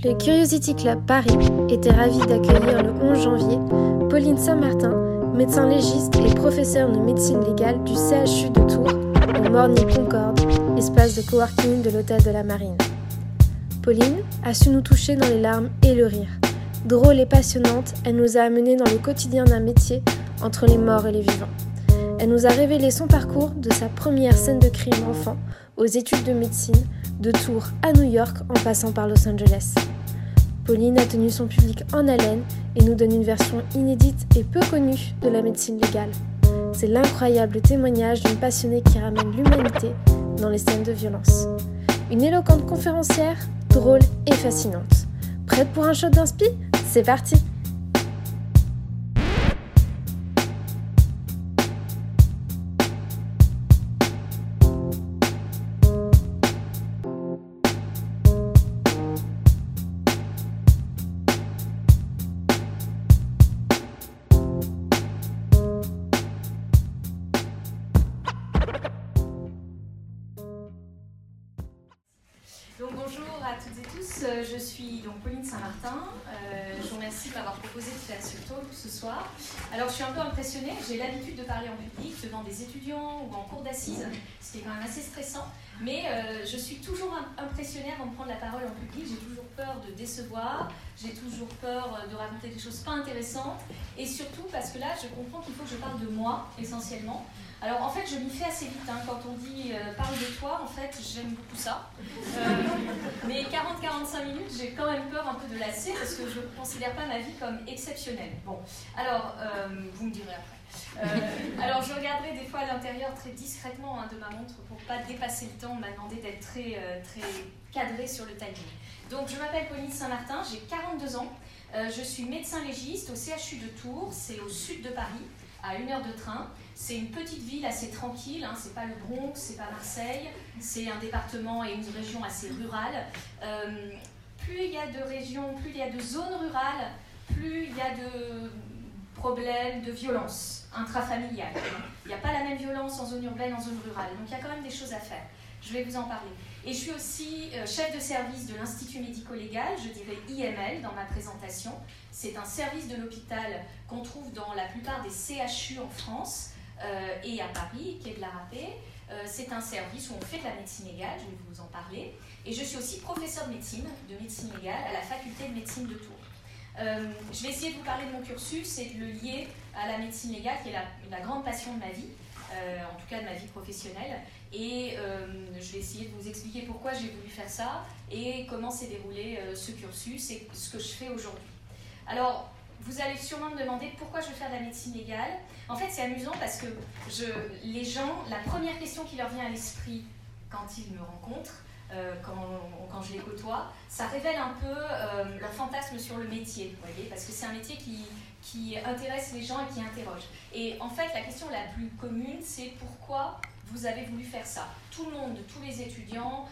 Le Curiosity Club Paris était ravi d'accueillir le 11 janvier Pauline Saint-Martin, médecin légiste et professeure de médecine légale du CHU de Tours, au Morny-Concorde, espace de coworking de l'Hôtel de la Marine. Pauline a su nous toucher dans les larmes et le rire. Drôle et passionnante, elle nous a amenés dans le quotidien d'un métier entre les morts et les vivants. Elle nous a révélé son parcours de sa première scène de crime enfant aux études de médecine, de Tours à New York en passant par Los Angeles. Pauline a tenu son public en haleine et nous donne une version inédite et peu connue de la médecine légale. C'est l'incroyable témoignage d'une passionnée qui ramène l'humanité dans les scènes de violence. Une éloquente conférencière, drôle et fascinante. Prête pour un shot d'inspi ? C'est parti ! Donc bonjour à toutes et tous, je suis donc Pauline Saint-Martin, je vous remercie de m'avoir proposé de faire ce talk ce soir. Alors je suis un peu impressionnée, j'ai l'habitude de parler en public devant des étudiants ou en cours d'assises, ce qui est quand même assez stressant, mais je suis toujours impressionnée avant de prendre la parole en public, j'ai toujours peur de décevoir, j'ai toujours peur de raconter des choses pas intéressantes, et surtout parce que là je comprends qu'il faut que je parle de moi essentiellement. Alors en fait je m'y fais assez vite, quand on dit parle de toi, en fait j'aime beaucoup ça. Mais 40-45 minutes, j'ai quand même peur un peu de lasser parce que je ne considère pas ma vie comme exceptionnelle. Bon, alors vous me direz après. Alors je regarderai des fois à l'intérieur très discrètement de ma montre pour ne pas dépasser le temps. On m'a demandé d'être très cadrée sur le timing. Donc je m'appelle Pauline Saint-Martin, j'ai 42 ans. Je suis médecin légiste au CHU de Tours, c'est au sud de Paris, à 1 heure de train. C'est une petite ville assez tranquille, c'est pas le Bronx, c'est pas Marseille, c'est un département et une région assez rurale. Plus il y a de régions, plus il y a de zones rurales, plus il y a de problèmes de violence intrafamiliale. Il n'y a pas la même violence en zone urbaine, en zone rurale, donc il y a quand même des choses à faire. Je vais vous en parler. Et je suis aussi chef de service de l'Institut médico-légal, je dirais IML dans ma présentation. C'est un service de l'hôpital qu'on trouve dans la plupart des CHU en France et à Paris, quai de la Râpée. C'est un service où on fait de la médecine légale, je vais vous en parler. Et je suis aussi professeure de médecine légale à la faculté de médecine de Tours. Je vais essayer de vous parler de mon cursus et de le lier à la médecine légale, qui est la grande passion de ma vie, en tout cas de ma vie professionnelle. Et je vais essayer de vous expliquer pourquoi j'ai voulu faire ça et comment s'est déroulé ce cursus et ce que je fais aujourd'hui. Alors, vous allez sûrement me demander pourquoi je veux faire de la médecine légale. En fait, c'est amusant parce que les gens, la première question qui leur vient à l'esprit quand ils me rencontrent, quand je les côtoie, ça révèle un peu leur fantasme sur le métier, vous voyez, parce que c'est un métier qui intéresse les gens et qui interroge. Et en fait, la question la plus commune, c'est pourquoi vous avez voulu faire ça. Tout le monde, tous les étudiants,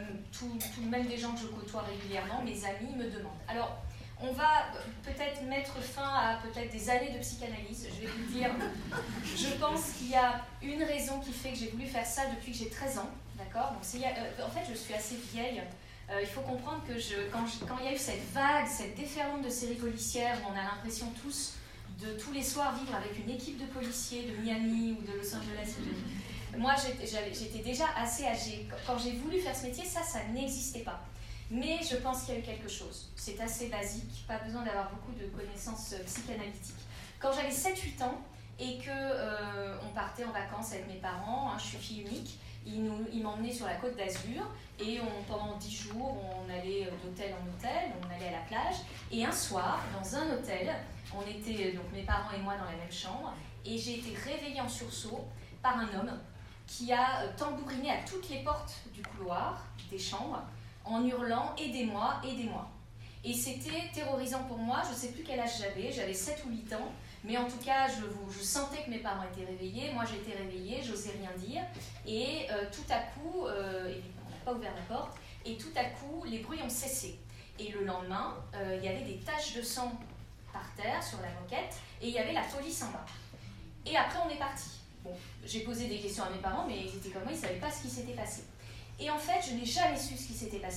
même des gens que je côtoie régulièrement, mes amis me demandent. Alors, on va peut-être mettre fin à peut-être des années de psychanalyse. Je vais vous dire, je pense qu'il y a une raison qui fait que j'ai voulu faire ça depuis que j'ai 13 ans. D'accord ? Donc, en fait, je suis assez vieille. Il faut comprendre que quand il y a eu cette vague, cette déferlante de séries policières, où on a l'impression de tous les soirs vivre avec une équipe de policiers de Miami ou de Los Angeles. Moi, j'étais déjà assez âgée. Quand j'ai voulu faire ce métier, ça n'existait pas. Mais je pense qu'il y a eu quelque chose. C'est assez basique, pas besoin d'avoir beaucoup de connaissances psychanalytiques. Quand j'avais 7-8 ans et qu'on partait en vacances avec mes parents, je suis fille unique, ils m'emmenaient sur la côte d'Azur et pendant 10 jours, on allait d'hôtel en hôtel, on allait à la plage. Et un soir, dans un hôtel, on était, donc mes parents et moi, dans la même chambre, et j'ai été réveillée en sursaut par un homme qui a tambouriné à toutes les portes du couloir, des chambres, en hurlant « Aidez-moi, aidez-moi ». Et c'était terrorisant pour moi, je ne sais plus quel âge j'avais 7 ou 8 ans, mais en tout cas, je sentais que mes parents étaient réveillés, moi j'étais réveillée, j'osais rien dire, et tout à coup, on n'a pas ouvert la porte, et tout à coup, les bruits ont cessé. Et le lendemain, il y avait des taches de sang par terre, sur la moquette, et il y avait la police en bas. Et après, on est parti. Bon, j'ai posé des questions à mes parents, mais ils étaient comme moi, ils ne savaient pas ce qui s'était passé. Et en fait, je n'ai jamais su ce qui s'était passé.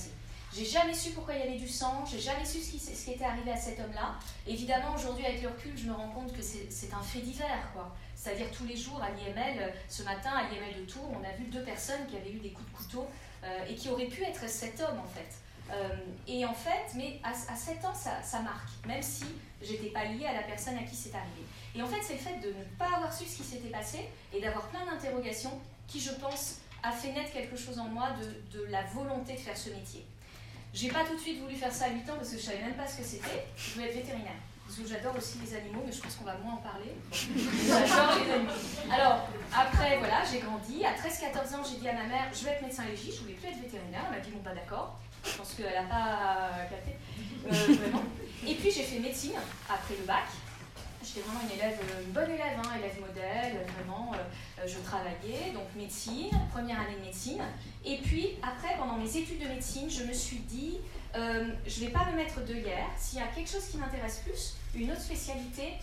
J'ai jamais su pourquoi il y avait du sang, j'ai jamais su ce qui était arrivé à cet homme-là. Évidemment, aujourd'hui, avec le recul, je me rends compte que c'est un fait divers, quoi. C'est-à-dire tous les jours à l'IML, ce matin à l'IML de Tours, on a vu 2 personnes qui avaient eu des coups de couteau et qui auraient pu être cet homme, en fait. Et en fait, mais à 7 ans, ça marque, même si j'étais pas liée à la personne à qui c'est arrivé. Et en fait, c'est le fait de ne pas avoir su ce qui s'était passé et d'avoir plein d'interrogations qui, je pense, a fait naître quelque chose en moi de la volonté de faire ce métier. J'ai pas tout de suite voulu faire ça à 8 ans parce que je savais même pas ce que c'était. Je voulais être vétérinaire. Parce que j'adore aussi les animaux, mais je pense qu'on va moins en parler. J'adore les animaux. Alors, après, voilà, j'ai grandi. À 13-14 ans, j'ai dit à ma mère, je vais être médecin légiste, je voulais plus être vétérinaire. Elle m'a dit, bon, bah d'accord. Je pense qu'elle n'a pas capté. Vraiment. Et puis, j'ai fait médecine après le bac. J'étais vraiment une bonne élève, hein, élève modèle, vraiment, je travaillais, donc médecine, première année de médecine. Et puis après, pendant mes études de médecine, je me suis dit, je ne vais pas me mettre d'œillères. S'il y a quelque chose qui m'intéresse plus, une autre spécialité,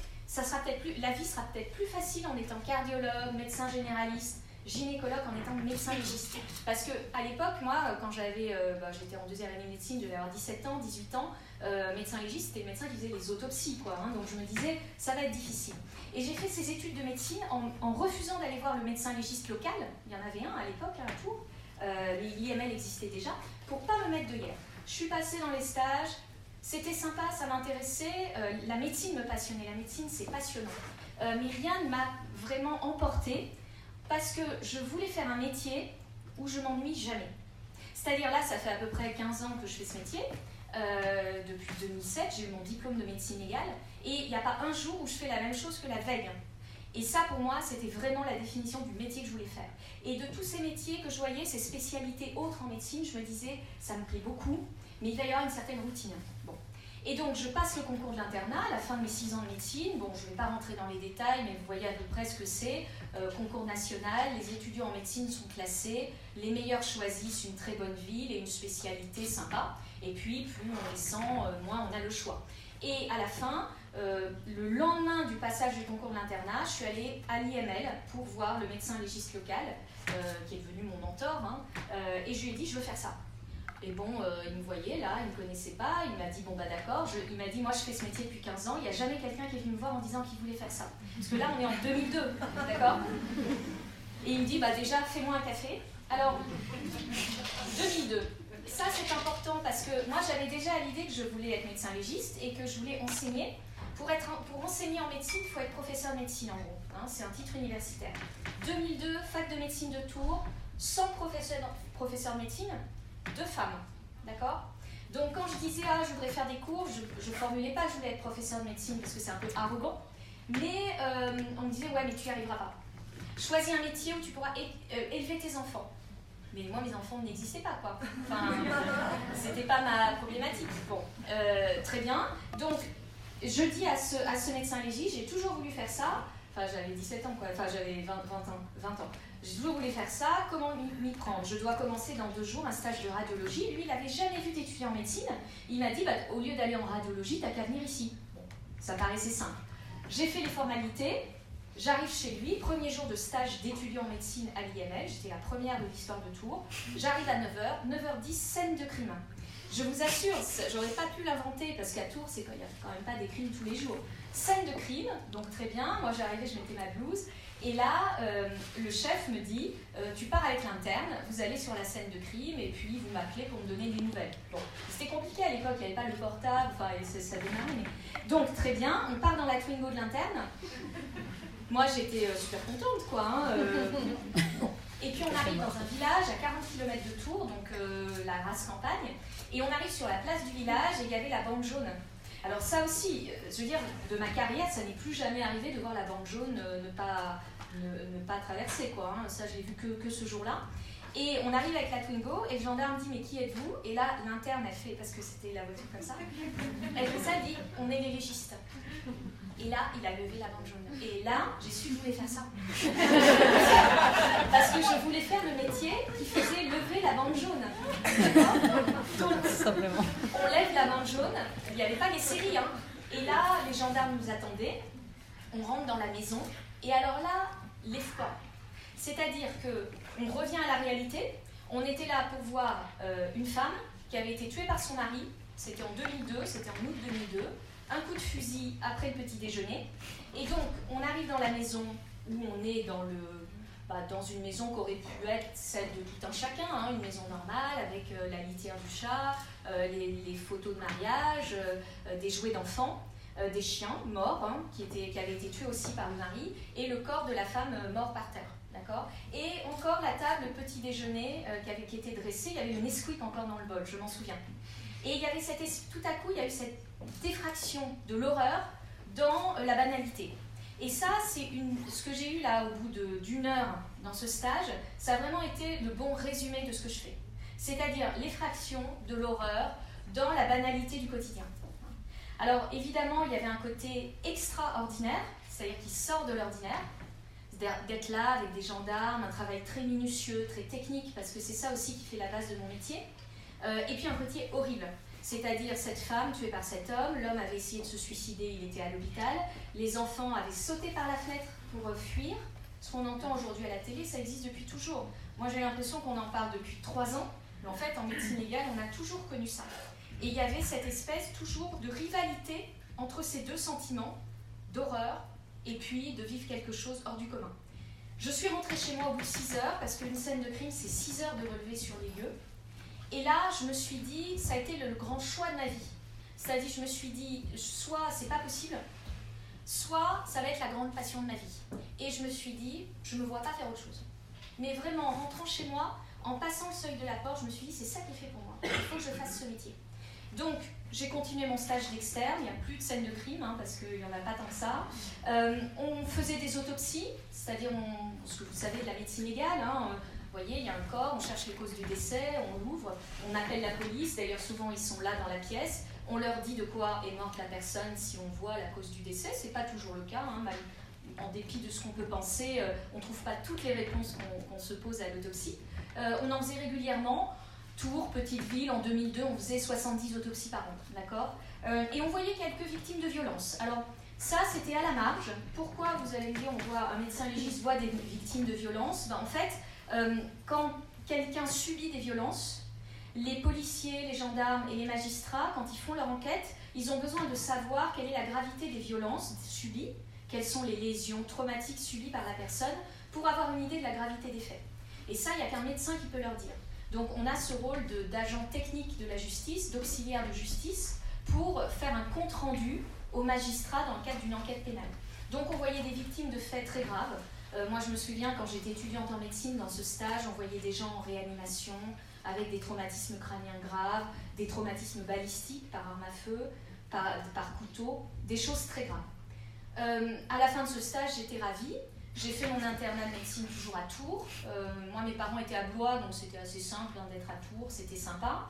la vie sera peut-être plus facile en étant cardiologue, médecin généraliste, gynécologue, en étant médecin légiste. Parce qu'à l'époque, moi, quand j'étais en 2e année de médecine, je devais avoir 17 ans, 18 ans, médecin légiste, c'était le médecin qui faisait les autopsies, quoi, hein, donc je me disais, ça va être difficile. Et j'ai fait ces études de médecine en refusant d'aller voir le médecin légiste local, il y en avait un à l'époque, à Tours, l'IML existait déjà, pour pas me mettre d'œillères. Je suis passée dans les stages, c'était sympa, ça m'intéressait, la médecine me passionnait, la médecine c'est passionnant. Mais rien ne m'a vraiment emportée, parce que je voulais faire un métier où je m'ennuie jamais. C'est-à-dire là, ça fait à peu près 15 ans que je fais ce métier. Depuis 2007, j'ai eu mon diplôme de médecine légale. Et il n'y a pas un jour où je fais la même chose que la veille. Et ça, pour moi, c'était vraiment la définition du métier que je voulais faire. Et de tous ces métiers que je voyais, ces spécialités autres en médecine, je me disais, ça me plaît beaucoup, mais il va y avoir une certaine routine. Bon. Et donc, je passe le concours de l'internat à la fin de mes 6 ans de médecine. Bon, je ne vais pas rentrer dans les détails, mais vous voyez à peu près ce que c'est. Concours national, les étudiants en médecine sont classés, les meilleurs choisissent une très bonne ville et une spécialité sympa. Et puis, plus on descend, moins on a le choix. Et à la fin, le lendemain du passage du concours de l'internat, je suis allée à l'IML pour voir le médecin légiste local, qui est devenu mon mentor, hein, et je lui ai dit, je veux faire ça. Et bon, il me voyait là, il ne me connaissait pas, il m'a dit, bon bah d'accord, il m'a dit, moi je fais ce métier depuis 15 ans, il n'y a jamais quelqu'un qui est venu me voir en disant qu'il voulait faire ça. Parce que là, on est en 2002, d'accord? Et il me dit, bah déjà, fais-moi un café. Alors, 2002. Ça, c'est important parce que moi, j'avais déjà l'idée que je voulais être médecin légiste et que je voulais enseigner. Pour enseigner en médecine, il faut être professeur de médecine, en gros. Hein, c'est un titre universitaire. 2002, fac de médecine de Tours, 100 professeurs de médecine, 2 femmes. D'accord? Donc, quand je disais, ah, je voudrais faire des cours, je ne formulais pas, je voulais être professeur de médecine parce que c'est un peu arrogant. Mais on me disait, ouais, mais tu n'y arriveras pas. Choisis un métier où tu pourras élever tes enfants. Mais moi, mes enfants n'existaient pas, quoi. Enfin, c'était pas ma problématique. Bon, très bien. Donc, je dis à ce médecin légiste, j'ai toujours voulu faire ça. Enfin, j'avais 17 ans, quoi. Enfin, j'avais 20 ans. J'ai toujours voulu faire ça. Comment m'y prendre? Je dois commencer dans 2 jours un stage de radiologie. Lui, il n'avait jamais vu d'étudiant en médecine. Il m'a dit, bah, au lieu d'aller en radiologie, t'as qu'à venir ici. Bon, ça paraissait simple. J'ai fait les formalités. J'arrive chez lui, premier jour de stage d'étudiant en médecine à l'IML, j'étais la première de l'histoire de Tours. J'arrive à 9h, 9h10, scène de crime. Je vous assure, j'aurais pas pu l'inventer parce qu'à Tours, il n'y a quand même pas des crimes tous les jours. Scène de crime, donc très bien, moi j'arrivais, je mettais ma blouse. Et là, le chef me dit, tu pars avec l'interne, vous allez sur la scène de crime et puis vous m'appelez pour me donner des nouvelles. Bon, c'était compliqué à l'époque, il n'y avait pas le portable, enfin ça démarrait. Donc très bien, on part dans la Twingo de l'interne. Moi, j'étais super contente, quoi. Hein, bon. Et puis, on arrive dans un village à 40 km de Tours, donc la race campagne, et on arrive sur la place du village et il y avait la bande jaune. Alors ça aussi, je veux dire, de ma carrière, ça n'est plus jamais arrivé de voir la bande jaune ne pas traverser, quoi. Hein. Ça, je l'ai vu que ce jour-là. Et on arrive avec la Twingo et le gendarme dit, mais qui êtes-vous? Et là, l'interne, elle fait, parce que c'était la voiture comme ça, elle fait ça, elle dit, on est les légistes. Et là, il a levé la bande jaune. Et là, j'ai su que je voulais faire ça. Parce que je voulais faire le métier qui faisait lever la bande jaune. Donc, simplement. On lève la bande jaune. Il n'y avait pas les séries. Hein. Et là, les gendarmes nous attendaient. On rentre dans la maison. Et alors là, l'espoir. C'est-à-dire qu'on revient à la réalité. On était là pour voir une femme, qui avait été tuée par son mari. C'était en 2002, c'était en août 2002. Un coup de fusil après le petit déjeuner. Et donc, on arrive dans la maison où on est dans une maison qui aurait pu être celle de tout un chacun, hein, une maison normale avec la litière du chat, les photos de mariage, des jouets d'enfants, des chiens morts hein, qui avaient été tués aussi par le mari, et le corps de la femme mort par terre. D'accord ? Et encore la table petit déjeuner qui était dressée, il y avait le Nesquik encore dans le bol, je m'en souviens. Et il y avait tout à coup, il y a eu cette défraction de l'horreur dans la banalité. Et ça, c'est ce que j'ai eu là au bout d'une heure dans ce stage, ça a vraiment été le bon résumé de ce que je fais. C'est-à-dire l'effraction de l'horreur dans la banalité du quotidien. Alors évidemment, il y avait un côté extraordinaire, c'est-à-dire qui sort de l'ordinaire, d'être là avec des gendarmes, un travail très minutieux, très technique, parce que c'est ça aussi qui fait la base de mon métier, et puis un côté horrible. C'est-à-dire cette femme tuée par cet homme, l'homme avait essayé de se suicider, il était à l'hôpital, les enfants avaient sauté par la fenêtre pour fuir. Ce qu'on entend aujourd'hui à la télé, ça existe depuis toujours. Moi j'ai l'impression qu'on en parle depuis 3 ans, mais en fait en médecine légale on a toujours connu ça. Et il y avait cette espèce toujours de rivalité entre ces deux sentiments, d'horreur et puis de vivre quelque chose hors du commun. Je suis rentrée chez moi au bout de 6 heures, parce qu'une scène de crime c'est 6 heures de relevé sur les lieux. Et là, je me suis dit, ça a été le grand choix de ma vie. C'est-à-dire, je me suis dit, soit c'est pas possible, soit ça va être la grande passion de ma vie. Et je me suis dit, je me vois pas faire autre chose. Mais vraiment, en rentrant chez moi, en passant le seuil de la porte, je me suis dit, c'est ça qui est fait pour moi. Il faut que je fasse ce métier. Donc, j'ai continué mon stage d'externe. Il n'y a plus de scène de crime, hein, parce qu'il n'y en a pas tant que ça. On faisait des autopsies, c'est-à-dire, ce que vous savez de la médecine légale, hein, vous voyez, il y a un corps, on cherche les causes du décès, on l'ouvre, on appelle la police, d'ailleurs souvent ils sont là dans la pièce, on leur dit de quoi est morte la personne si on voit la cause du décès, c'est pas toujours le cas, hein, en dépit de ce qu'on peut penser, on ne trouve pas toutes les réponses qu'on se pose à l'autopsie. On en faisait régulièrement, Tours, petite ville, en 2002 on faisait 70 autopsies par an, d'accord ? Et on voyait quelques victimes de violences. Alors ça c'était à la marge. Pourquoi, vous allez me dire, un médecin légiste voit des victimes de violences ? En fait, quand quelqu'un subit des violences, les policiers, les gendarmes et les magistrats, quand ils font leur enquête, ils ont besoin de savoir quelle est la gravité des violences subies, quelles sont les lésions traumatiques subies par la personne, pour avoir une idée de la gravité des faits. Et ça, il n'y a qu'un médecin qui peut leur dire. Donc on a ce rôle d'agent technique de la justice, d'auxiliaire de justice, pour faire un compte-rendu aux magistrats dans le cadre d'une enquête pénale. Donc on voyait des victimes de faits très graves. Moi, je me souviens, quand j'étais étudiante en médecine, dans ce stage, on voyait des gens en réanimation avec des traumatismes crâniens graves, des traumatismes balistiques par arme à feu, par couteau, des choses très graves. À la fin de ce stage, j'étais ravie. J'ai fait mon internat de médecine toujours à Tours. Moi, mes parents étaient à Blois, donc c'était assez simple d'être à Tours, c'était sympa.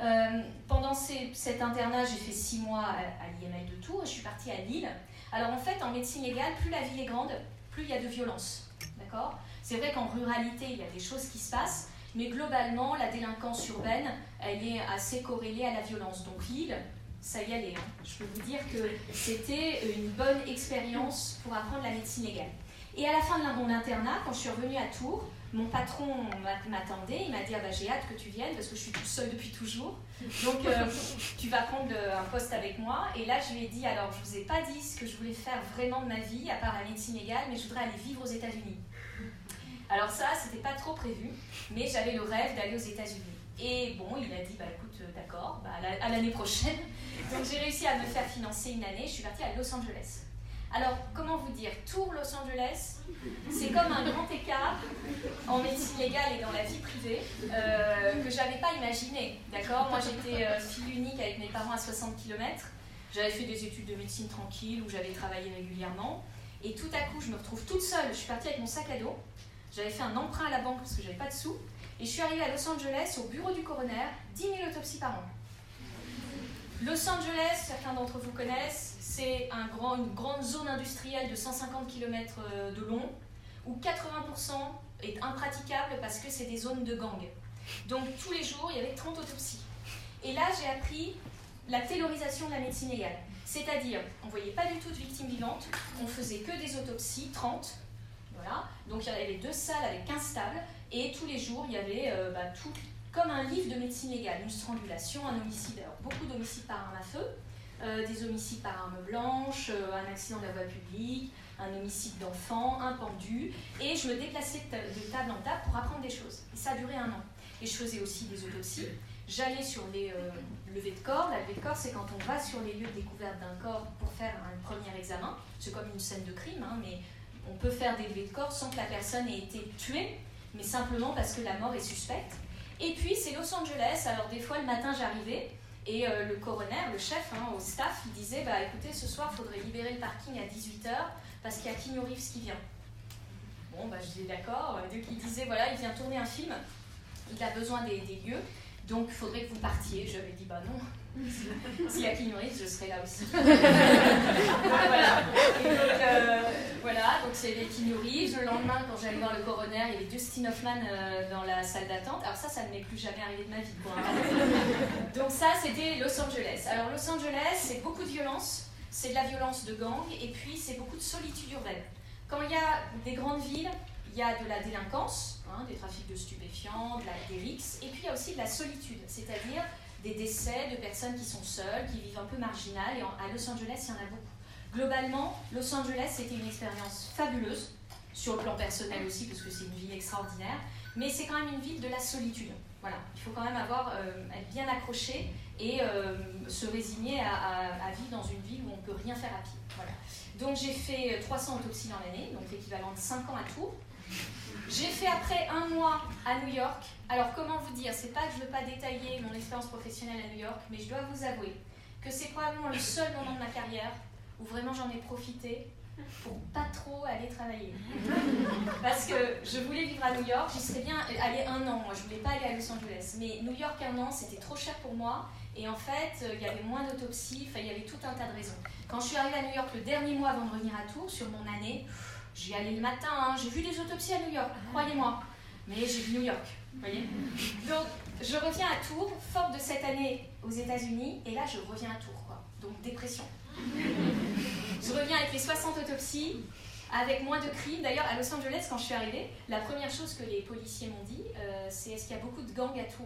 Pendant cet internat, j'ai fait 6 mois à l'IML de Tours et je suis partie à Lille. Alors en fait, en médecine légale, plus la ville est grande, plus il y a de violence, d'accord ? C'est vrai qu'en ruralité, il y a des choses qui se passent, mais globalement, la délinquance urbaine, elle est assez corrélée à la violence. Donc Lille, ça y allait. Hein. Je peux vous dire que c'était une bonne expérience pour apprendre la médecine légale. Et à la fin de mon internat, quand je suis revenue à Tours, mon patron m'attendait, il m'a dit « Ah bah, j'ai hâte que tu viennes parce que je suis toute seule depuis toujours, donc tu vas prendre un poste avec moi. » Et là, je lui ai dit « Alors, je ne vous ai pas dit ce que je voulais faire vraiment de ma vie, à part la médecine légale, mais je voudrais aller vivre aux États-Unis. » Alors ça, c'était pas trop prévu, mais j'avais le rêve d'aller aux États-Unis. Et bon, il a dit « Bah écoute, d'accord, bah, à l'année prochaine. » Donc j'ai réussi à me faire financer une année, je suis partie à Los Angeles. Alors, comment vous dire, Tours-Los Angeles, c'est comme un grand écart en médecine légale et dans la vie privée que je n'avais pas imaginé, d'accord ? Moi, j'étais fille unique avec mes parents à 60 km. J'avais fait des études de médecine tranquille où j'avais travaillé régulièrement. Et tout à coup, je me retrouve toute seule. Je suis partie avec mon sac à dos. J'avais fait un emprunt à la banque parce que je n'avais pas de sous. Et je suis arrivée à Los Angeles, au bureau du coroner, 10 000 autopsies par an. Los Angeles, certains d'entre vous connaissent, c'est une grande zone industrielle de 150 km de long, où 80% est impraticable parce que c'est des zones de gangs. Donc tous les jours, il y avait 30 autopsies. Et là, j'ai appris la taylorisation de la médecine légale. C'est-à-dire, on ne voyait pas du tout de victimes vivantes, on faisait que des autopsies, 30. Voilà. Donc il y avait 2 salles avec 15 tables, et tous les jours, il y avait comme un livre de médecine légale, une strangulation, un homicide, alors beaucoup d'homicides par arme à feu, des homicides par arme blanche, un accident de la voie publique, un homicide d'enfant, un pendu, et je me déplaçais de table en table pour apprendre des choses. Et ça a duré 1 an. Et je faisais aussi des autopsies. J'allais sur les levées de corps. La levée de corps, c'est quand on va sur les lieux de découverte d'un corps pour faire un premier examen. C'est comme une scène de crime, hein, mais on peut faire des levées de corps sans que la personne ait été tuée, mais simplement parce que la mort est suspecte. Et puis, c'est Los Angeles. Alors, des fois, le matin, j'arrivais et le coroner, le chef, hein, au staff, il disait « Écoutez, ce soir, il faudrait libérer le parking à 18h parce qu'il y a Keanu Reeves qui vient. » Bon, je disais « D'accord. » Donc, il disait « Voilà, il vient tourner un film. Il a besoin des lieux. Donc, il faudrait que vous partiez. » J'avais dit « non. S'il y a Keanu Reeves, je serai là aussi. » Voilà. Et donc, donc c'est les Keanu Reeves. Le lendemain, quand j'allais voir le coroner, il y avait Dustin Hoffman dans la salle d'attente. Alors ça ne m'est plus jamais arrivé de ma vie, quoi. Donc ça, c'était Los Angeles. Alors Los Angeles, c'est beaucoup de violence. C'est de la violence de gang. Et puis, c'est beaucoup de solitude urbaine. Quand il y a des grandes villes, il y a de la délinquance, hein, des trafics de stupéfiants, des rixes, et puis il y a aussi de la solitude, c'est-à-dire des décès de personnes qui sont seules, qui vivent un peu marginales, et à Los Angeles, il y en a beaucoup. Globalement, Los Angeles, c'était une expérience fabuleuse, sur le plan personnel aussi, parce que c'est une ville extraordinaire, mais c'est quand même une ville de la solitude. Voilà, il faut quand même être bien accroché et se résigner à vivre dans une ville où on ne peut rien faire à pied. Voilà. Donc j'ai fait 300 autopsies dans l'année, donc l'équivalent de 5 ans à Tours. J'ai fait après 1 mois à New York. Alors comment vous dire, c'est pas que je ne veux pas détailler mon expérience professionnelle à New York, mais je dois vous avouer que c'est probablement le seul moment de ma carrière où vraiment j'en ai profité pour pas trop aller travailler. Parce que je voulais vivre à New York, j'y serais bien allée 1 an, moi je voulais pas aller à Los Angeles. Mais New York 1 an, c'était trop cher pour moi. Et en fait, il y avait moins d'autopsies, il y avait tout un tas de raisons. Quand je suis arrivée à New York le dernier mois avant de revenir à Tours, sur mon année, j'y allais le matin, hein, j'ai vu des autopsies à New York, croyez-moi. Mais j'ai vu New York, vous voyez. Donc, je reviens à Tours, forte de cette année aux États-Unis, et là, je reviens à Tours, quoi. Donc, dépression. Je reviens avec les 60 autopsies, avec moins de crimes. D'ailleurs, à Los Angeles, quand je suis arrivée, la première chose que les policiers m'ont dit, c'est « Est-ce qu'il y a beaucoup de gangs à Tours ?»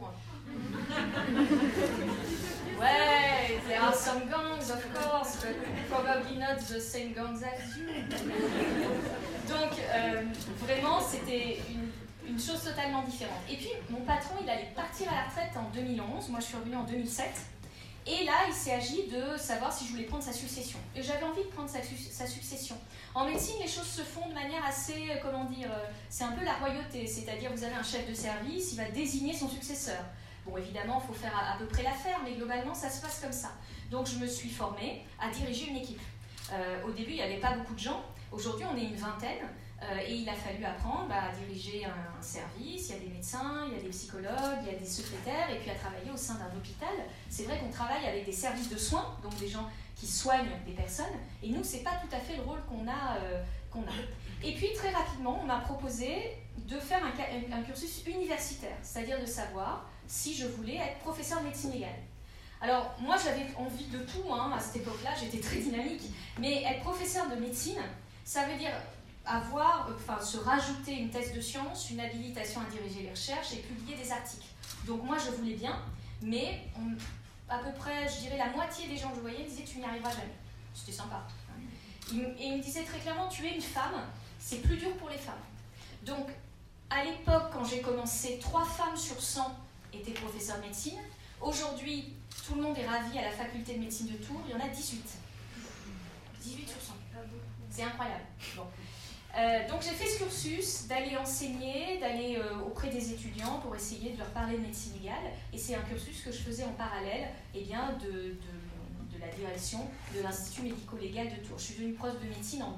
Ouais, there are some gangs, of course, but probably not the same gangs as you. Donc, vraiment, c'était une chose totalement différente. Et puis, mon patron, il allait partir à la retraite en 2011. Moi, je suis revenue en 2007. Et là, il s'est agi de savoir si je voulais prendre sa succession. Et j'avais envie de prendre sa succession. En médecine, les choses se font de manière assez, c'est un peu la royauté. C'est-à-dire, vous avez un chef de service, il va désigner son successeur. Bon, évidemment, il faut faire à peu près l'affaire, mais globalement, ça se passe comme ça. Donc, je me suis formée à diriger une équipe. Au début, il n'y avait pas beaucoup de gens. Aujourd'hui, on est une vingtaine. Et il a fallu apprendre à diriger un service. Il y a des médecins, il y a des psychologues, il y a des secrétaires, et puis à travailler au sein d'un hôpital. C'est vrai qu'on travaille avec des services de soins, donc des gens qui soignent des personnes, et nous, ce n'est pas tout à fait le rôle qu'on a. Et puis, très rapidement, on m'a proposé de faire un cursus universitaire, c'est-à-dire de savoir si je voulais être professeur de médecine légale. Alors, moi, j'avais envie de tout, hein, à cette époque-là, j'étais très dynamique, mais être professeur de médecine, ça veut dire se rajouter une thèse de science, une habilitation à diriger les recherches et publier des articles. Donc moi, je voulais bien, mais à peu près, je dirais, la moitié des gens que je voyais disaient « tu n'y arriveras jamais ». C'était sympa. Et ils me disaient très clairement « tu es une femme, c'est plus dur pour les femmes ». Donc, à l'époque, quand j'ai commencé, 3 femmes sur 100 étaient professeurs de médecine. Aujourd'hui, tout le monde est ravi à la faculté de médecine de Tours, il y en a 18. 18 sur 100. C'est incroyable. Bon. Donc j'ai fait ce cursus d'aller enseigner, d'aller auprès des étudiants pour essayer de leur parler de médecine légale. Et c'est un cursus que je faisais en parallèle de la direction de l'Institut médico-légal de Tours. Je suis devenue prof de médecine en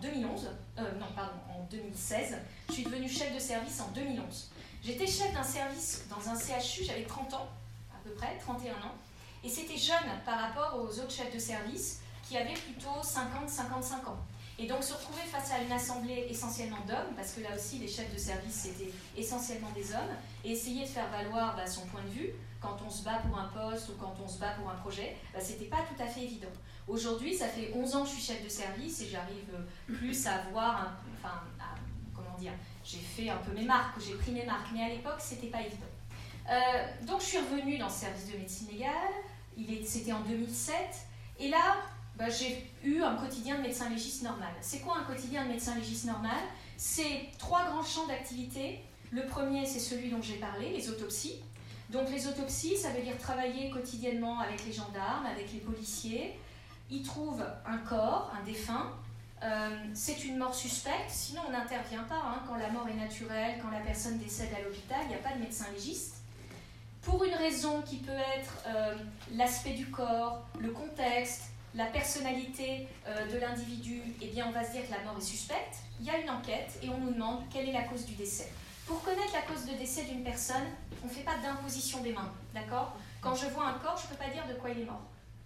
2016. Je suis devenue chef de service en 2011. J'étais chef d'un service dans un CHU, j'avais 30 ans, à peu près, 31 ans. Et c'était jeune par rapport aux autres chefs de service qui avaient plutôt 50-55 ans. Et donc se retrouver face à une assemblée essentiellement d'hommes, parce que là aussi les chefs de service c'était essentiellement des hommes, et essayer de faire valoir son point de vue quand on se bat pour un poste ou quand on se bat pour un projet, c'était pas tout à fait évident. Aujourd'hui, ça fait 11 ans que je suis chef de service et j'arrive plus à voir, j'ai fait un peu mes marques, j'ai pris mes marques, mais à l'époque c'était pas évident. Donc je suis revenue dans le service de médecine légale, c'était en 2007, et là j'ai eu un quotidien de médecin légiste normal. C'est quoi un quotidien de médecin légiste normal? C'est 3 grands champs d'activité. Le premier, c'est celui dont j'ai parlé, les autopsies. Donc les autopsies, ça veut dire travailler quotidiennement avec les gendarmes, avec les policiers. Ils trouvent un corps, un défunt. C'est une mort suspecte, sinon on n'intervient pas. Quand la mort est naturelle, quand la personne décède à l'hôpital, il n'y a pas de médecin légiste. Pour une raison qui peut être l'aspect du corps, le contexte, la personnalité de l'individu, eh bien on va se dire que la mort est suspecte. Il y a une enquête et on nous demande quelle est la cause du décès. Pour connaître la cause de décès d'une personne, on ne fait pas d'imposition des mains, d'accord? Quand je vois un corps, je ne peux pas dire de quoi il est mort.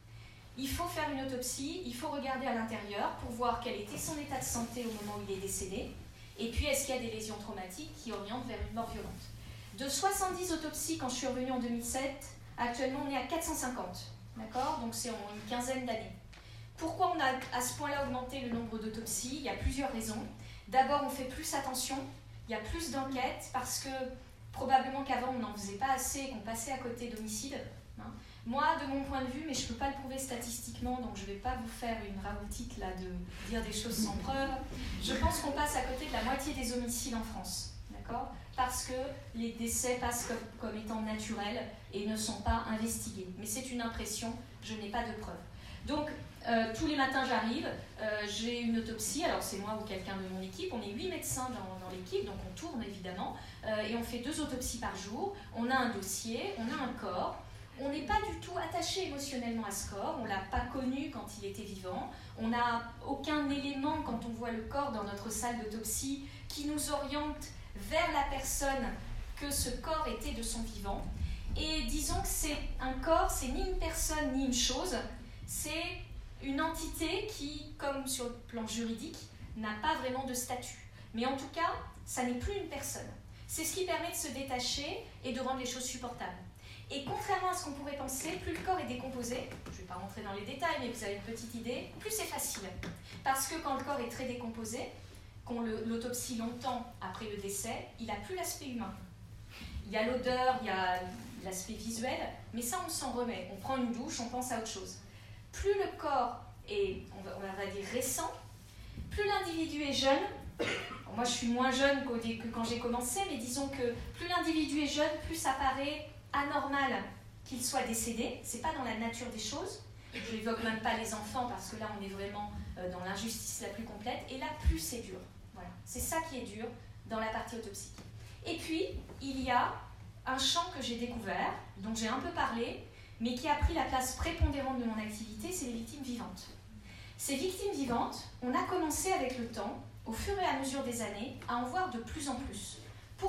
Il faut faire une autopsie, il faut regarder à l'intérieur pour voir quel était son état de santé au moment où il est décédé, et puis est-ce qu'il y a des lésions traumatiques qui orientent vers une mort violente. De 70 autopsies quand je suis revenue en 2007, actuellement on est à 450, d'accord? Donc c'est en une quinzaine d'années. Pourquoi on a à ce point-là augmenté le nombre d'autopsies? Il y a plusieurs raisons. D'abord, on fait plus attention, il y a plus d'enquêtes parce que probablement qu'avant on n'en faisait pas assez, qu'on passait à côté d'homicides. Moi, de mon point de vue, mais je ne peux pas le prouver statistiquement, donc je ne vais pas vous faire une raoutite là de dire des choses sans preuve. Je pense qu'on passe à côté de la moitié des homicides en France, d'accord? Parce que les décès passent comme étant naturels et ne sont pas investigués. Mais c'est une impression, je n'ai pas de preuve. Donc, tous les matins j'arrive, j'ai une autopsie, alors c'est moi ou quelqu'un de mon équipe, on est 8 médecins dans l'équipe, donc on tourne évidemment, et on fait 2 autopsies par jour, on a un dossier, on a un corps. On n'est pas du tout attaché émotionnellement à ce corps, on ne l'a pas connu quand il était vivant, on n'a aucun élément quand on voit le corps dans notre salle d'autopsie qui nous oriente vers la personne que ce corps était de son vivant. Et disons que c'est un corps, c'est ni une personne ni une chose, c'est une entité qui, comme sur le plan juridique, n'a pas vraiment de statut. Mais en tout cas, ça n'est plus une personne. C'est ce qui permet de se détacher et de rendre les choses supportables. Et contrairement à ce qu'on pourrait penser, plus le corps est décomposé, je ne vais pas rentrer dans les détails, mais vous avez une petite idée, plus c'est facile. Parce que quand le corps est très décomposé, qu'on l'autopsie longtemps après le décès, il n'a plus l'aspect humain. Il y a l'odeur, il y a l'aspect visuel, mais ça on s'en remet. On prend une douche, on pense à autre chose. Plus le corps est, on va dire, récent, plus l'individu est jeune. Bon, moi je suis moins jeune que quand j'ai commencé, mais disons que plus l'individu est jeune, plus ça paraît anormal qu'il soit décédé, c'est pas dans la nature des choses. Je n'évoque même pas les enfants parce que là on est vraiment dans l'injustice la plus complète, et là plus c'est dur. Voilà. C'est ça qui est dur dans la partie autopsie. Et puis il y a un champ que j'ai découvert, dont j'ai un peu parlé, mais qui a pris la place prépondérante de mon activité, c'est les victimes vivantes. Ces victimes vivantes, on a commencé avec le temps, au fur et à mesure des années, à en voir de plus en plus. Pourquoi ?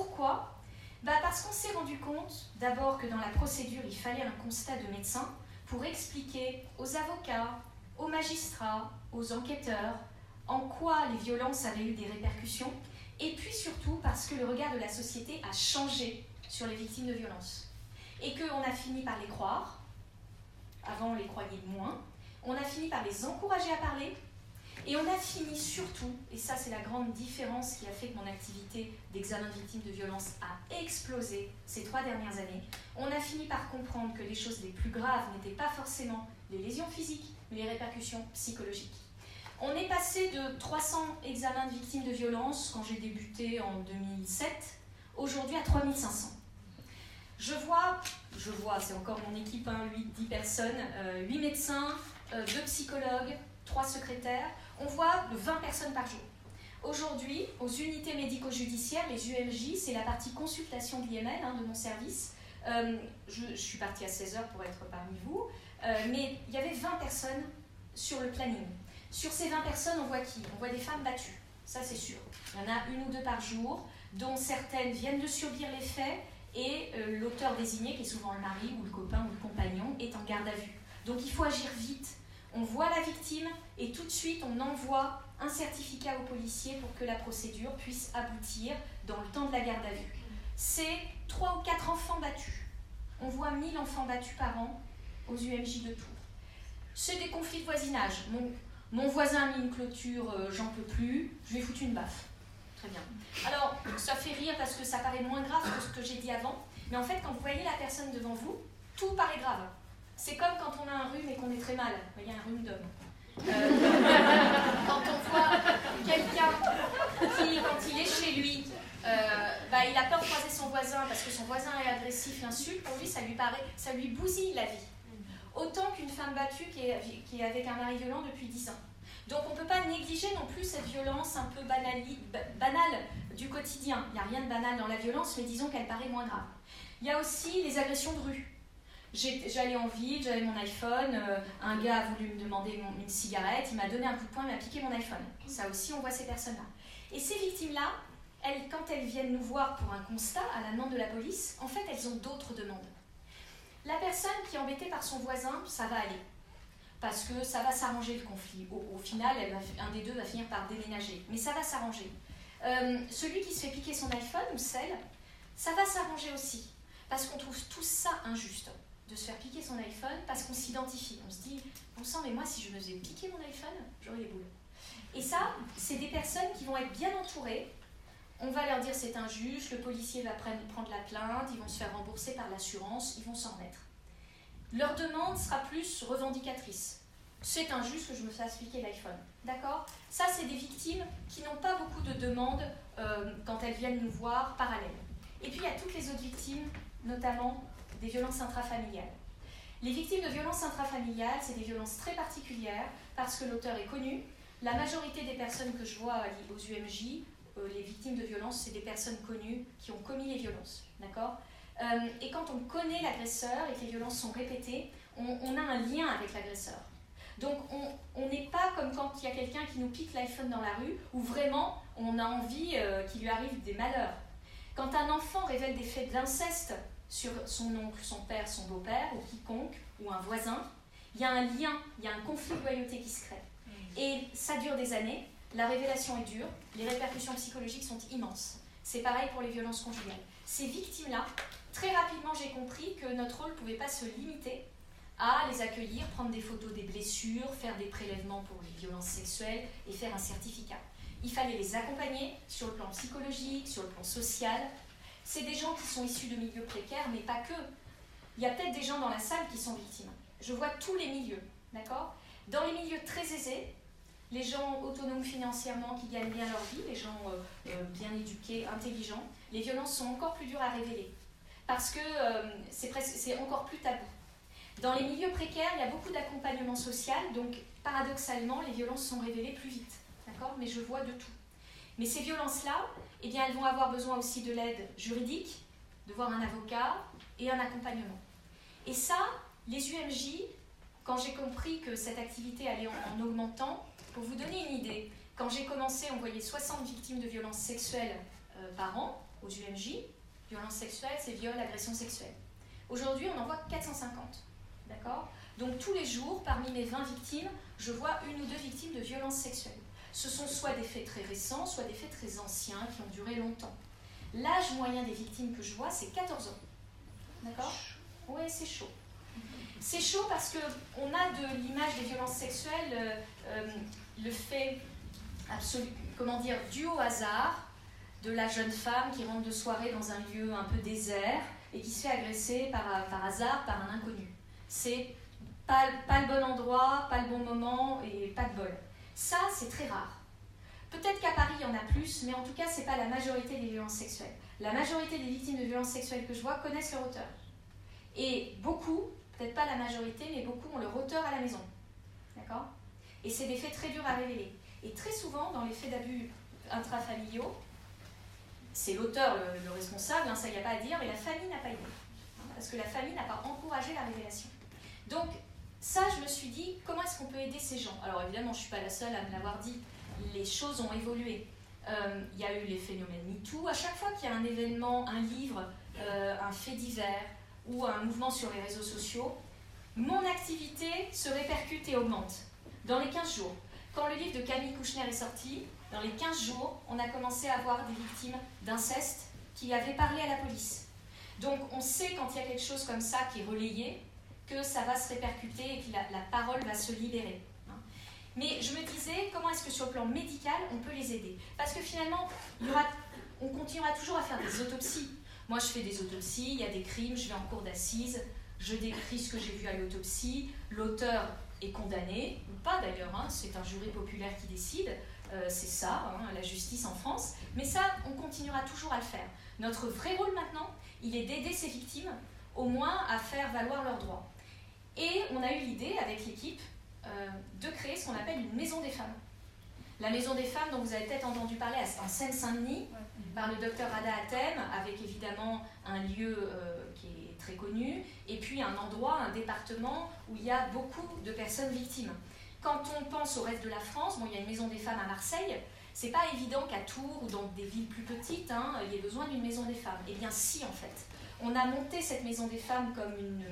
Parce qu'on s'est rendu compte, d'abord, que dans la procédure, il fallait un constat de médecin pour expliquer aux avocats, aux magistrats, aux enquêteurs, en quoi les violences avaient eu des répercussions, et puis surtout parce que le regard de la société a changé sur les victimes de violences. Et qu'on a fini par les croire, avant on les croyait moins, on a fini par les encourager à parler, et on a fini surtout, et ça c'est la grande différence qui a fait que mon activité d'examen de victimes de violences a explosé ces 3 dernières années, on a fini par comprendre que les choses les plus graves n'étaient pas forcément les lésions physiques, mais les répercussions psychologiques. On est passé de 300 examens de victimes de violences quand j'ai débuté en 2007, aujourd'hui à 3500. Je vois, c'est encore mon équipe, 8-10 personnes, 8 médecins, 2 psychologues, 3 secrétaires, on voit 20 personnes par jour. Aujourd'hui, aux unités médico-judiciaires, les UMJ, c'est la partie consultation de l'IML de mon service. Je suis partie à 16h pour être parmi vous, mais il y avait 20 personnes sur le planning. Sur ces 20 personnes, on voit qui ? On voit des femmes battues, ça c'est sûr. Il y en a 1 ou 2 par jour, dont certaines viennent de subir les faits, et l'auteur désigné, qui est souvent le mari ou le copain ou le compagnon, est en garde à vue. Donc il faut agir vite. On voit la victime et tout de suite on envoie un certificat au policier pour que la procédure puisse aboutir dans le temps de la garde à vue. C'est 3 ou 4 enfants battus. On voit 1000 enfants battus par an aux UMJ de Tours. C'est des conflits de voisinage. Mon voisin a mis une clôture, j'en peux plus, je lui ai foutu une baffe. Très bien. Alors, ça fait rire parce que ça paraît moins grave que ce que j'ai dit avant, Mais en fait, quand vous voyez la personne devant vous, tout paraît grave. C'est comme quand on a un rhume et qu'on est très mal. Vous voyez, un rhume d'homme. Quand on voit quelqu'un qui, quand il est chez lui, il a peur de croiser son voisin parce que son voisin est agressif, l'insulte, pour lui, ça lui bousille la vie. Autant qu'une femme battue qui est avec un mari violent depuis 10 ans. Donc on ne peut pas négliger non plus cette violence un peu banale du quotidien. Il n'y a rien de banal dans la violence, mais disons qu'elle paraît moins grave. Il y a aussi les agressions de rue. J'allais en ville, j'avais mon iPhone, un gars a voulu me demander une cigarette, il m'a donné un coup de poing, il m'a piqué mon iPhone. Ça aussi, on voit ces personnes-là. Et ces victimes-là, quand elles viennent nous voir pour un constat à la demande de la police, en fait, elles ont d'autres demandes. La personne qui est embêtée par son voisin, ça va aller. Parce que ça va s'arranger le conflit. Au final, un des deux va finir par déménager. Mais ça va s'arranger. Celui qui se fait piquer son iPhone ou celle, ça va s'arranger aussi. Parce qu'on trouve tout ça injuste. De se faire piquer son iPhone parce qu'on s'identifie. On se dit, bon sang, mais moi, si je me faisais piquer mon iPhone, j'aurais les boules. Et ça, c'est des personnes qui vont être bien entourées. On va leur dire c'est injuste, le policier va prendre la plainte, ils vont se faire rembourser par l'assurance, ils vont s'en remettre. Leur demande sera plus revendicatrice. C'est injuste que je me fasse piquer l'iPhone. D'accord ? Ça, c'est des victimes qui n'ont pas beaucoup de demandes quand elles viennent nous voir parallèles. Et puis, il y a toutes les autres victimes, notamment des violences intrafamiliales. Les victimes de violences intrafamiliales, c'est des violences très particulières parce que l'auteur est connu. La majorité des personnes que je vois aux UMJ, les victimes de violences, c'est des personnes connues qui ont commis les violences. D'accord ? Et quand on connaît l'agresseur et que les violences sont répétées, on a un lien avec l'agresseur. Donc on n'est pas comme quand il y a quelqu'un qui nous pique l'iPhone dans la rue, où vraiment on a envie qu'il lui arrive des malheurs. Quand un enfant révèle des faits d'inceste sur son oncle, son père, son beau-père, ou quiconque, ou un voisin, il y a un lien, il y a un conflit de loyauté qui se crée. Et ça dure des années, la révélation est dure, les répercussions psychologiques sont immenses. C'est pareil pour les violences conjugales. Ces victimes-là, très rapidement j'ai compris que notre rôle ne pouvait pas se limiter à les accueillir, prendre des photos des blessures, faire des prélèvements pour les violences sexuelles et faire un certificat. Il fallait les accompagner sur le plan psychologique, sur le plan social. C'est des gens qui sont issus de milieux précaires, mais pas que. Il y a peut-être des gens dans la salle qui sont victimes. Je vois tous les milieux, d'accord ? Dans les milieux très aisés, les gens autonomes financièrement qui gagnent bien leur vie, les gens bien éduqués, intelligents, les violences sont encore plus dures à révéler parce que c'est encore plus tabou. Dans les milieux précaires, il y a beaucoup d'accompagnement social, donc paradoxalement, les violences sont révélées plus vite, d'accord ? Mais je vois de tout. Mais ces violences-là, eh bien, elles vont avoir besoin aussi de l'aide juridique, de voir un avocat et un accompagnement. Et ça, les UMJ, quand j'ai compris que cette activité allait en augmentant, pour vous donner une idée, quand j'ai commencé, on voyait 60 victimes de violences sexuelles par an aux UMJ. Violences sexuelles, c'est viol, agression sexuelle. Aujourd'hui, on en voit 450. D'accord ? Donc tous les jours, parmi mes 20 victimes, je vois une ou deux victimes de violences sexuelles. Ce sont soit des faits très récents, soit des faits très anciens qui ont duré longtemps. L'âge moyen des victimes que je vois, c'est 14 ans. D'accord ? Oui, c'est chaud. C'est chaud parce qu'on a de l'image des violences sexuelles le fait dû au hasard de la jeune femme qui rentre de soirée dans un lieu un peu désert et qui se fait agresser par hasard par un inconnu. C'est pas le bon endroit, pas le bon moment et pas de bol. Ça, c'est très rare. Peut-être qu'à Paris, il y en a plus, mais en tout cas, ce n'est pas la majorité des violences sexuelles. La majorité des victimes de violences sexuelles que je vois connaissent leur auteur. Et beaucoup, peut-être pas la majorité, mais beaucoup ont leur auteur à la maison. D'accord ? Et c'est des faits très durs à révéler. Et très souvent, dans les faits d'abus intrafamiliaux, c'est l'auteur le responsable, ça il n'y a pas à dire, mais la famille n'a pas aidé. Parce que la famille n'a pas encouragé la révélation. Donc, ça, je me suis dit, comment est-ce qu'on peut aider ces gens ? Alors évidemment, je ne suis pas la seule à me l'avoir dit. Les choses ont évolué. Il y a eu les phénomènes MeToo. À chaque fois qu'il y a un événement, un livre, un fait divers ou un mouvement sur les réseaux sociaux, mon activité se répercute et augmente. Dans les 15 jours. Quand le livre de Camille Kouchner est sorti, dans les 15 jours, on a commencé à avoir des victimes d'inceste qui avaient parlé à la police. Donc on sait quand il y a quelque chose comme ça qui est relayé, que ça va se répercuter et que la parole va se libérer. Mais je me disais, comment est-ce que sur le plan médical, on peut les aider ? Parce que finalement, on continuera toujours à faire des autopsies. Moi, je fais des autopsies, il y a des crimes, je vais en cour d'assises, je décris ce que j'ai vu à l'autopsie, l'auteur est condamné, ou pas d'ailleurs, hein, c'est un jury populaire qui décide, c'est ça, hein, la justice en France, mais ça, on continuera toujours à le faire. Notre vrai rôle maintenant, il est d'aider ces victimes, au moins à faire valoir leurs droits. Et on a eu l'idée, avec l'équipe, de créer ce qu'on appelle une maison des femmes. La maison des femmes dont vous avez peut-être entendu parler en Seine-Saint-Denis, par le docteur Rada Hatem, avec évidemment un lieu qui est très connu, et puis un endroit, un département où il y a beaucoup de personnes victimes. Quand on pense au reste de la France, bon, il y a une maison des femmes à Marseille, c'est pas évident qu'à Tours ou dans des villes plus petites, hein, il y ait besoin d'une maison des femmes. Eh bien si, en fait. On a monté cette maison des femmes comme une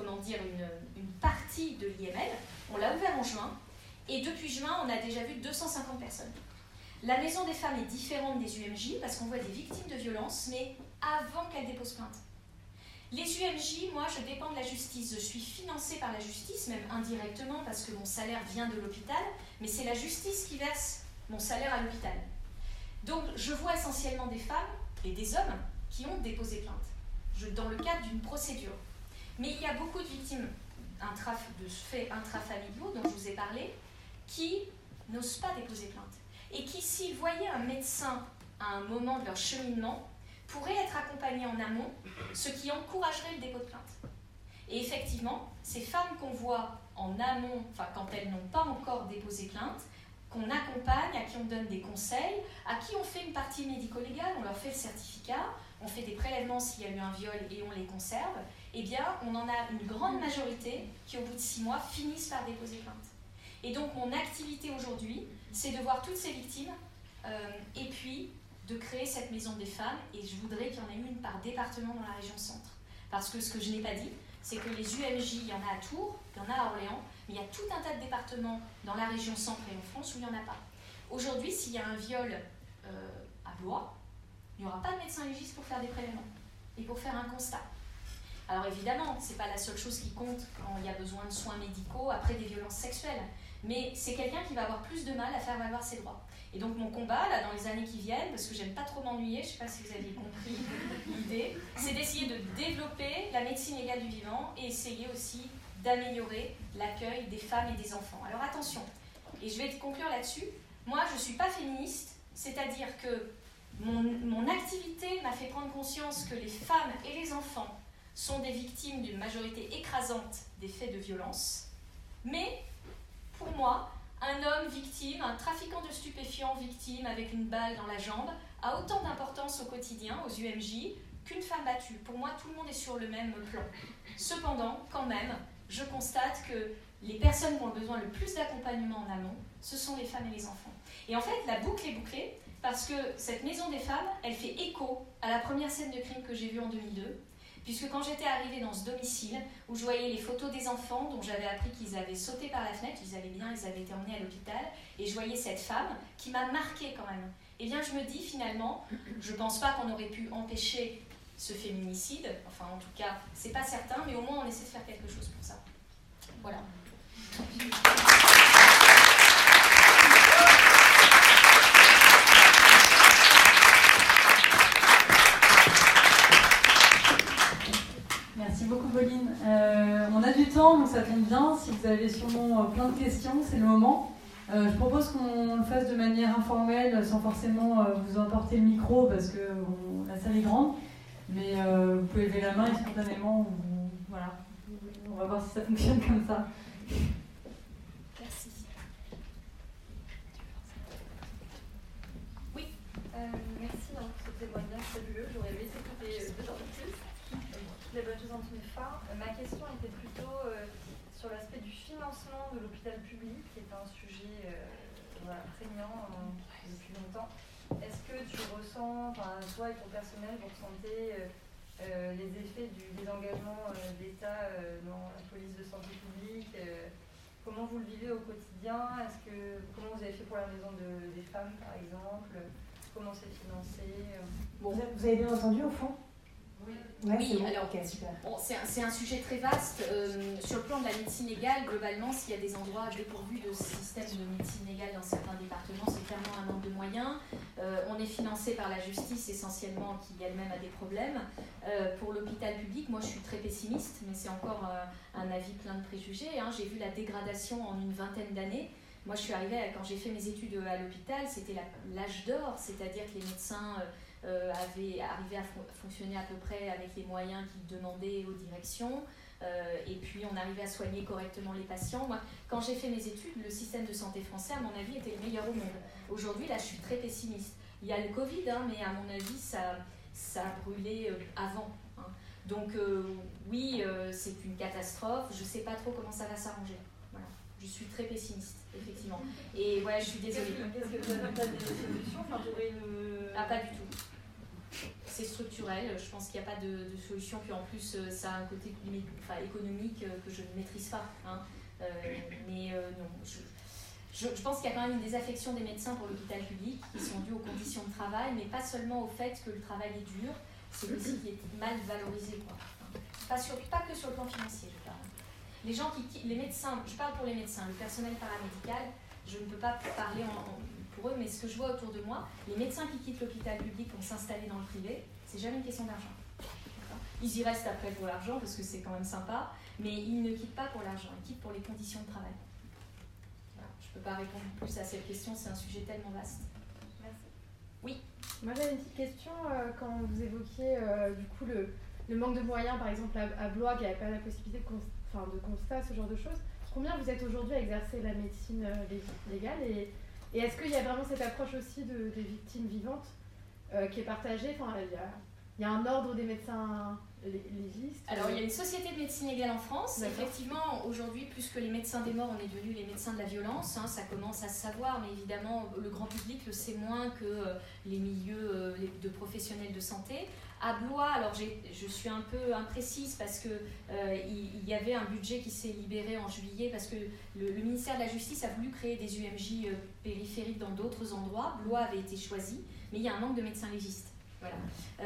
partie de l'IML, on l'a ouvert en juin, et depuis juin, on a déjà vu 250 personnes. La maison des femmes est différente des UMJ parce qu'on voit des victimes de violences, mais avant qu'elles déposent plainte. Les UMJ, moi, je dépends de la justice. Je suis financée par la justice, même indirectement, parce que mon salaire vient de l'hôpital, mais c'est la justice qui verse mon salaire à l'hôpital. Donc, je vois essentiellement des femmes et des hommes qui ont déposé plainte, dans le cadre d'une procédure. Mais il y a beaucoup de victimes de faits intrafamiliaux, dont je vous ai parlé, qui n'osent pas déposer plainte. Et qui, s'ils voyaient un médecin à un moment de leur cheminement, pourraient être accompagnés en amont, ce qui encouragerait le dépôt de plainte. Et effectivement, ces femmes qu'on voit en amont, enfin quand elles n'ont pas encore déposé plainte, qu'on accompagne, à qui on donne des conseils, à qui on fait une partie médico-légale, on leur fait le certificat, on fait des prélèvements s'il y a eu un viol et on les conserve, eh bien, on en a une grande majorité qui, au bout de 6 mois, finissent par déposer plainte. Et donc, mon activité aujourd'hui, c'est de voir toutes ces victimes et puis de créer cette maison des femmes. Et je voudrais qu'il y en ait une par département dans la région centre. Parce que ce que je n'ai pas dit, c'est que les UMJ, il y en a à Tours, il y en a à Orléans, mais il y a tout un tas de départements dans la région centre et en France où il n'y en a pas. Aujourd'hui, s'il y a un viol à Blois, il n'y aura pas de médecin légiste pour faire des prélèvements et pour faire un constat. Alors évidemment, ce n'est pas la seule chose qui compte quand il y a besoin de soins médicaux après des violences sexuelles, mais c'est quelqu'un qui va avoir plus de mal à faire valoir ses droits. Et donc mon combat, là, dans les années qui viennent, parce que j'aime pas trop m'ennuyer, je ne sais pas si vous aviez compris l'idée, c'est d'essayer de développer la médecine légale du vivant et essayer aussi d'améliorer l'accueil des femmes et des enfants. Alors attention, et je vais conclure là-dessus, moi je ne suis pas féministe, c'est-à-dire que mon activité m'a fait prendre conscience que les femmes et les enfants sont des victimes d'une majorité écrasante des faits de violence, mais pour moi, un homme victime, un trafiquant de stupéfiants victime avec une balle dans la jambe, a autant d'importance au quotidien, aux UMJ, qu'une femme battue. Pour moi, tout le monde est sur le même plan. Cependant, quand même, je constate que les personnes qui ont besoin le plus d'accompagnement en amont, ce sont les femmes et les enfants. Et en fait, la boucle est bouclée parce que cette maison des femmes, elle fait écho à la première scène de crime que j'ai vue en 2002. Puisque quand j'étais arrivée dans ce domicile, où je voyais les photos des enfants dont j'avais appris qu'ils avaient sauté par la fenêtre, ils allaient bien, ils avaient été emmenés à l'hôpital, et je voyais cette femme qui m'a marquée quand même. Eh bien, je me dis finalement, je ne pense pas qu'on aurait pu empêcher ce féminicide, enfin en tout cas, c'est pas certain, mais au moins on essaie de faire quelque chose pour ça. Voilà. Merci beaucoup, Pauline. On a du temps, donc ça tombe bien. Si vous avez sûrement plein de questions, c'est le moment. Je propose qu'on le fasse de manière informelle, sans forcément vous emporter le micro, parce que la salle est grande. Mais vous pouvez lever la main et spontanément, voilà. On va voir si ça fonctionne comme ça. Merci. Oui, merci pour ce témoignage fabuleux. J'aurais aimé écouter 2 ans de plus. Toutes les bonnes choses en une fin. Ma question était plutôt sur l'aspect du financement de l'hôpital public, qui est un sujet prégnant depuis longtemps. Est-ce que tu ressens, toi et ton personnel, vous ressentez les effets du désengagement d'État dans la police de santé publique? Comment vous le vivez au quotidien? Comment vous avez fait pour la maison des femmes, par exemple? Comment c'est financé? Vous avez bien entendu, au fond? Oui. Ouais, oui, bon. alors, Okay, super. Bon, c'est un sujet très vaste. Sur le plan de la médecine légale, globalement, s'il y a des endroits dépourvus de système de médecine légale dans certains départements, c'est clairement un manque de moyens. On est financé par la justice essentiellement, qui elle-même a des problèmes. Pour l'hôpital public, moi je suis très pessimiste, mais c'est encore un avis plein de préjugés. Hein. J'ai vu la dégradation en une vingtaine d'années. Moi je suis arrivée, quand j'ai fait mes études à l'hôpital, c'était l'âge d'or, c'est-à-dire que les médecins arrivé à fonctionner à peu près avec les moyens qu'ils demandaient aux directions, et puis on arrivait à soigner correctement les patients. Moi, quand j'ai fait mes études, le système de santé français, à mon avis, était le meilleur au monde. Aujourd'hui, là, je suis très pessimiste. Il y a le Covid, hein, mais à mon avis, ça a brûlé avant. Hein. Donc, oui, c'est une catastrophe. Je ne sais pas trop comment ça va s'arranger. Voilà. Je suis très pessimiste, effectivement. Et ouais, je suis désolée. Qu'est-ce que vous avez des solutions? Enfin, Ah, pas du tout. C'est structurel, je pense qu'il n'y a pas de solution, puis en plus ça a un côté économique que je ne maîtrise pas. Hein. Non, je pense qu'il y a quand même une désaffection des médecins pour l'hôpital public qui sont dues aux conditions de travail, mais pas seulement au fait que le travail est dur, c'est aussi qu'il est mal valorisé. Quoi. Pas que sur le plan financier, je parle. Les gens les médecins, je parle pour les médecins, le personnel paramédical, je ne peux pas parler pour eux, mais ce que je vois autour de moi, les médecins qui quittent l'hôpital public pour s'installer dans le privé, c'est jamais une question d'argent. Ils y restent après pour l'argent parce que c'est quand même sympa, mais ils ne quittent pas pour l'argent, ils quittent pour les conditions de travail. Voilà. Je ne peux pas répondre plus à cette question, c'est un sujet tellement vaste. Merci. Oui. Moi j'avais une petite question quand vous évoquiez du coup le manque de moyens, par exemple à Blois, qui n'avait pas la possibilité de constat, ce genre de choses. Combien vous êtes aujourd'hui à exercer la médecine légale et est-ce qu'il y a vraiment cette approche aussi des victimes vivantes qui est partagée? Enfin, il y a un ordre des médecins légistes. Alors, il y a une société de médecine légale en France. D'accord. Effectivement, aujourd'hui, plus que les médecins des morts, on est devenus les médecins de la violence. Hein, ça commence à se savoir, mais évidemment, le grand public le sait moins que les milieux de professionnels de santé. À Blois, alors je suis un peu imprécise parce que il y avait un budget qui s'est libéré en juillet parce que le ministère de la Justice a voulu créer des UMJ périphériques dans d'autres endroits. Blois avait été choisi, mais il y a un manque de médecins légistes. Voilà.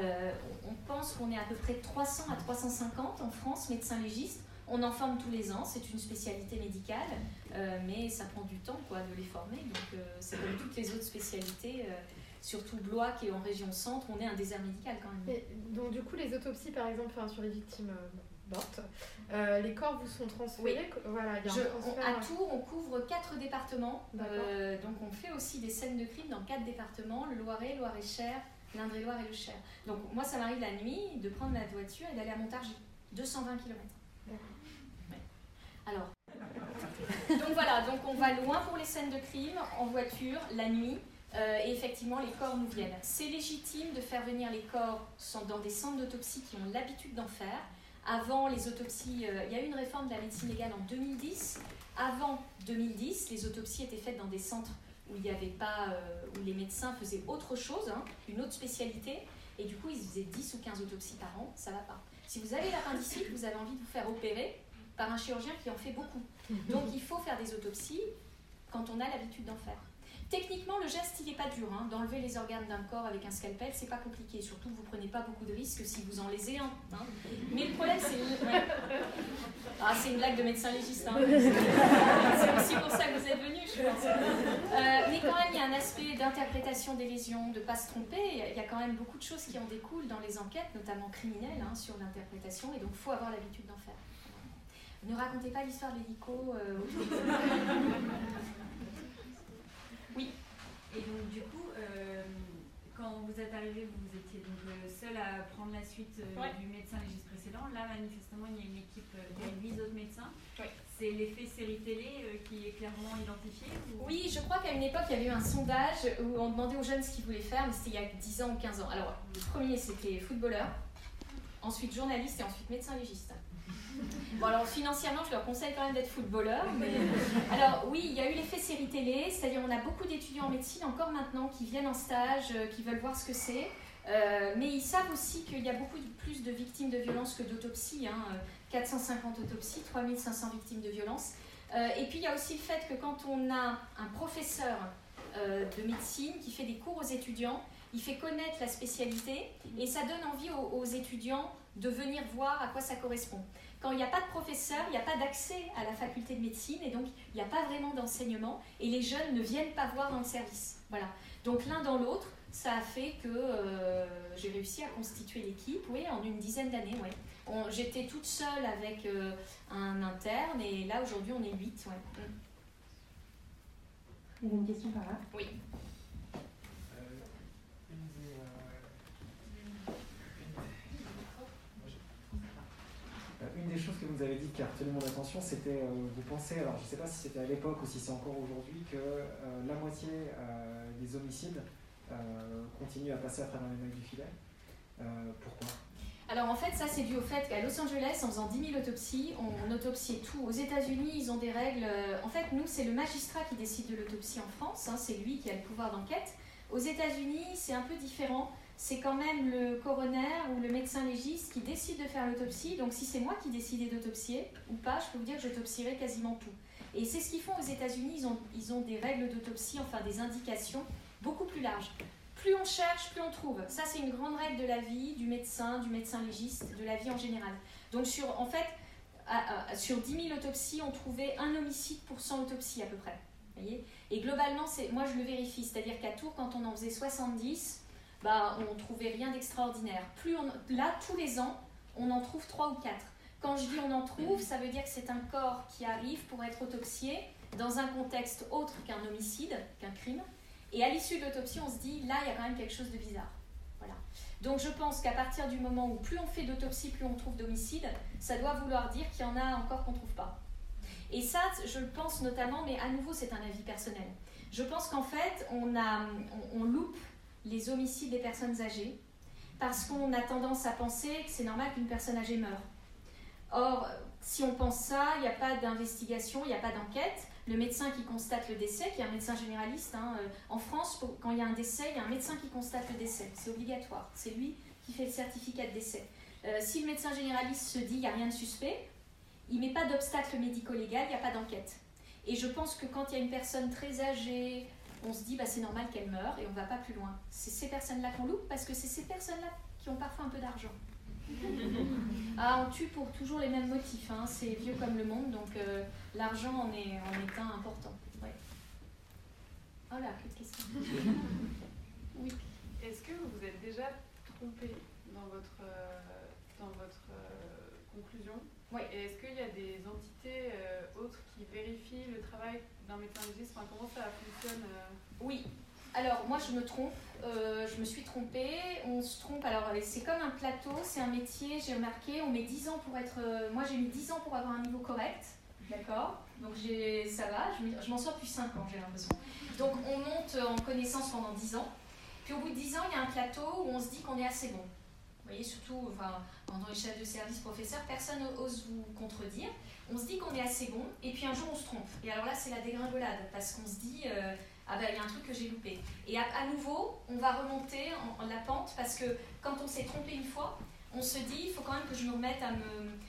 On pense qu'on est à peu près 300 à 350 en France, médecins légistes. On en forme tous les ans, c'est une spécialité médicale, mais ça prend du temps de les former. Donc c'est comme toutes les autres spécialités. Surtout Blois qui est en région centre, on est un désert médical quand même. Et donc du coup les autopsies par exemple sur les victimes mortes, les corps vous sont transférés? Oui. Voilà, il y a un transfert. À Tours, on couvre 4 départements, donc on fait aussi des scènes de crime dans 4 départements, le Loiret, Loir-et-Cher, l'Indre-et-Loire et le Cher. Donc moi ça m'arrive la nuit de prendre la voiture et d'aller à Montargis, 220 km. D'accord. Ouais. Alors, donc voilà, donc on va loin pour les scènes de crime, en voiture, la nuit. Et effectivement, les corps nous viennent. C'est légitime de faire venir les corps dans des centres d'autopsie qui ont l'habitude d'en faire. Avant les autopsies, il y a eu une réforme de la médecine légale en 2010. Avant 2010, les autopsies étaient faites dans des centres où il y avait pas, où les médecins faisaient autre chose, hein, une autre spécialité. Et du coup, ils faisaient 10 ou 15 autopsies par an. Ça va pas. Si vous avez l'appendicite, vous avez envie de vous faire opérer par un chirurgien qui en fait beaucoup. Donc, il faut faire des autopsies quand on a l'habitude d'en faire. Techniquement, le geste, il n'est pas dur. Hein. D'enlever les organes d'un corps avec un scalpel, c'est pas compliqué. Surtout, vous prenez pas beaucoup de risques si vous en lésez un. Hein. Mais le problème, c'est... Ouais. Ah, c'est une blague de médecin légiste. Hein. C'est aussi pour ça que vous êtes venus, je pense. Mais quand même, il y a un aspect d'interprétation des lésions, de ne pas se tromper. Il y a quand même beaucoup de choses qui en découlent dans les enquêtes, notamment criminelles, hein, sur l'interprétation. Et donc, il faut avoir l'habitude d'en faire. Ne racontez pas l'histoire de l'hélico autour de... Oui. Et donc du coup, quand vous êtes arrivé, vous étiez donc seul à prendre la suite du médecin légiste précédent. Là, manifestement, il y a une équipe de 8 autres médecins. Oui. C'est l'effet série télé qui est clairement identifié ou... Oui, je crois qu'à une époque, il y avait eu un sondage où on demandait aux jeunes ce qu'ils voulaient faire, mais c'était il y a 10 ans ou 15 ans. Alors, le premier, c'était footballeur, ensuite journaliste et ensuite médecin légiste. Bon, alors financièrement, je leur conseille quand même d'être footballeur. Mais... Alors oui, il y a eu l'effet série télé, c'est-à-dire on a beaucoup d'étudiants en médecine encore maintenant qui viennent en stage, qui veulent voir ce que c'est. Mais ils savent aussi qu'il y a beaucoup plus de victimes de violences que d'autopsies. Hein. 450 autopsies, 3500 victimes de violences. Et puis il y a aussi le fait que quand on a un professeur de médecine qui fait des cours aux étudiants, il fait connaître la spécialité et ça donne envie aux étudiants de venir voir à quoi ça correspond. Quand il n'y a pas de professeur, il n'y a pas d'accès à la faculté de médecine et donc il n'y a pas vraiment d'enseignement et les jeunes ne viennent pas voir dans le service. Voilà. Donc l'un dans l'autre, ça a fait que j'ai réussi à constituer l'équipe, oui, en une dizaine d'années. Ouais. J'étais toute seule avec un interne et là aujourd'hui on est 8. Ouais. Il y avait une question par là. Oui. Une des choses que vous avez dites qui a retenu mon attention, c'était, vous pensez, alors je ne sais pas si c'était à l'époque ou si c'est encore aujourd'hui, que la moitié des homicides continuent à passer à travers les mailles du filet. Pourquoi ? Alors en fait, ça c'est dû au fait qu'à Los Angeles, en faisant 10 000 autopsies, on autopsiait tout. Aux États-Unis, ils ont des règles. En fait, nous, c'est le magistrat qui décide de l'autopsie en France, hein, c'est lui qui a le pouvoir d'enquête. Aux États-Unis, c'est un peu différent. C'est quand même le coroner ou le médecin légiste qui décide de faire l'autopsie. Donc si c'est moi qui décidais d'autopsier ou pas, je peux vous dire que j'autopsierai quasiment tout. Et c'est ce qu'ils font aux États-Unis. Ils ont des règles d'autopsie, enfin des indications beaucoup plus larges. Plus on cherche, plus on trouve. Ça, c'est une grande règle de la vie, du médecin légiste, de la vie en général. Donc, sur 10 000 autopsies, on trouvait un homicide pour 100 autopsies à peu près. Voyez ? Et globalement, moi, je le vérifie. C'est-à-dire qu'à Tours, quand on en faisait 70, on ne trouvait rien d'extraordinaire. Là, tous les ans, on en trouve 3 ou 4. Quand je dis on en trouve, ça veut dire que c'est un corps qui arrive pour être autopsié dans un contexte autre qu'un homicide, qu'un crime. Et à l'issue de l'autopsie, on se dit, là, il y a quand même quelque chose de bizarre. Voilà. Donc je pense qu'à partir du moment où plus on fait d'autopsie, plus on trouve d'homicides, ça doit vouloir dire qu'il y en a encore qu'on ne trouve pas. Et ça, je le pense notamment, mais à nouveau, c'est un avis personnel. Je pense qu'en fait, on loupe les homicides des personnes âgées parce qu'on a tendance à penser que c'est normal qu'une personne âgée meure. Or, si on pense ça, il n'y a pas d'investigation, il n'y a pas d'enquête. Le médecin qui constate le décès, qui est un médecin généraliste, en France, quand il y a un décès, il y a un médecin qui constate le décès. C'est obligatoire. C'est lui qui fait le certificat de décès. Si le médecin généraliste se dit qu'il n'y a rien de suspect, il ne met pas d'obstacle médico-légal, il n'y a pas d'enquête. Et je pense que quand il y a une personne très âgée, on se dit c'est normal qu'elle meure et on ne va pas plus loin. C'est ces personnes-là qu'on loupe parce que c'est ces personnes-là qui ont parfois un peu d'argent. On tue pour toujours les mêmes motifs, hein. C'est vieux comme le monde, donc l'argent en est un important. Ouais. Oh là, quelle question. Oui. Est-ce que vous vous êtes déjà trompé dans votre conclusion ? Oui. Et est-ce qu'il y a des entités autres qui vérifient le travail d'un médecin légiste ? Comment ça fonctionne Oui. Alors, moi, je me trompe. Je me suis trompée. On se trompe. Alors, c'est comme un plateau. C'est un métier, j'ai remarqué. On met 10 ans pour être... moi, j'ai mis 10 ans pour avoir un niveau correct. D'accord ? Donc, ça va. Je m'en sors depuis 5 ans, j'ai l'impression. Donc, on monte en connaissance pendant 10 ans. Puis, au bout de 10 ans, il y a un plateau où on se dit qu'on est assez bon. Vous voyez, surtout dans les chefs de service, professeurs, personne n'ose vous contredire. On se dit qu'on est assez bon. Et puis, un jour, on se trompe. Et alors là, c'est la dégringolade. Parce qu'on se dit... il y a un truc que j'ai loupé. Et à nouveau, on va remonter en la pente parce que quand on s'est trompé une fois, on se dit, il faut quand même que je me remette à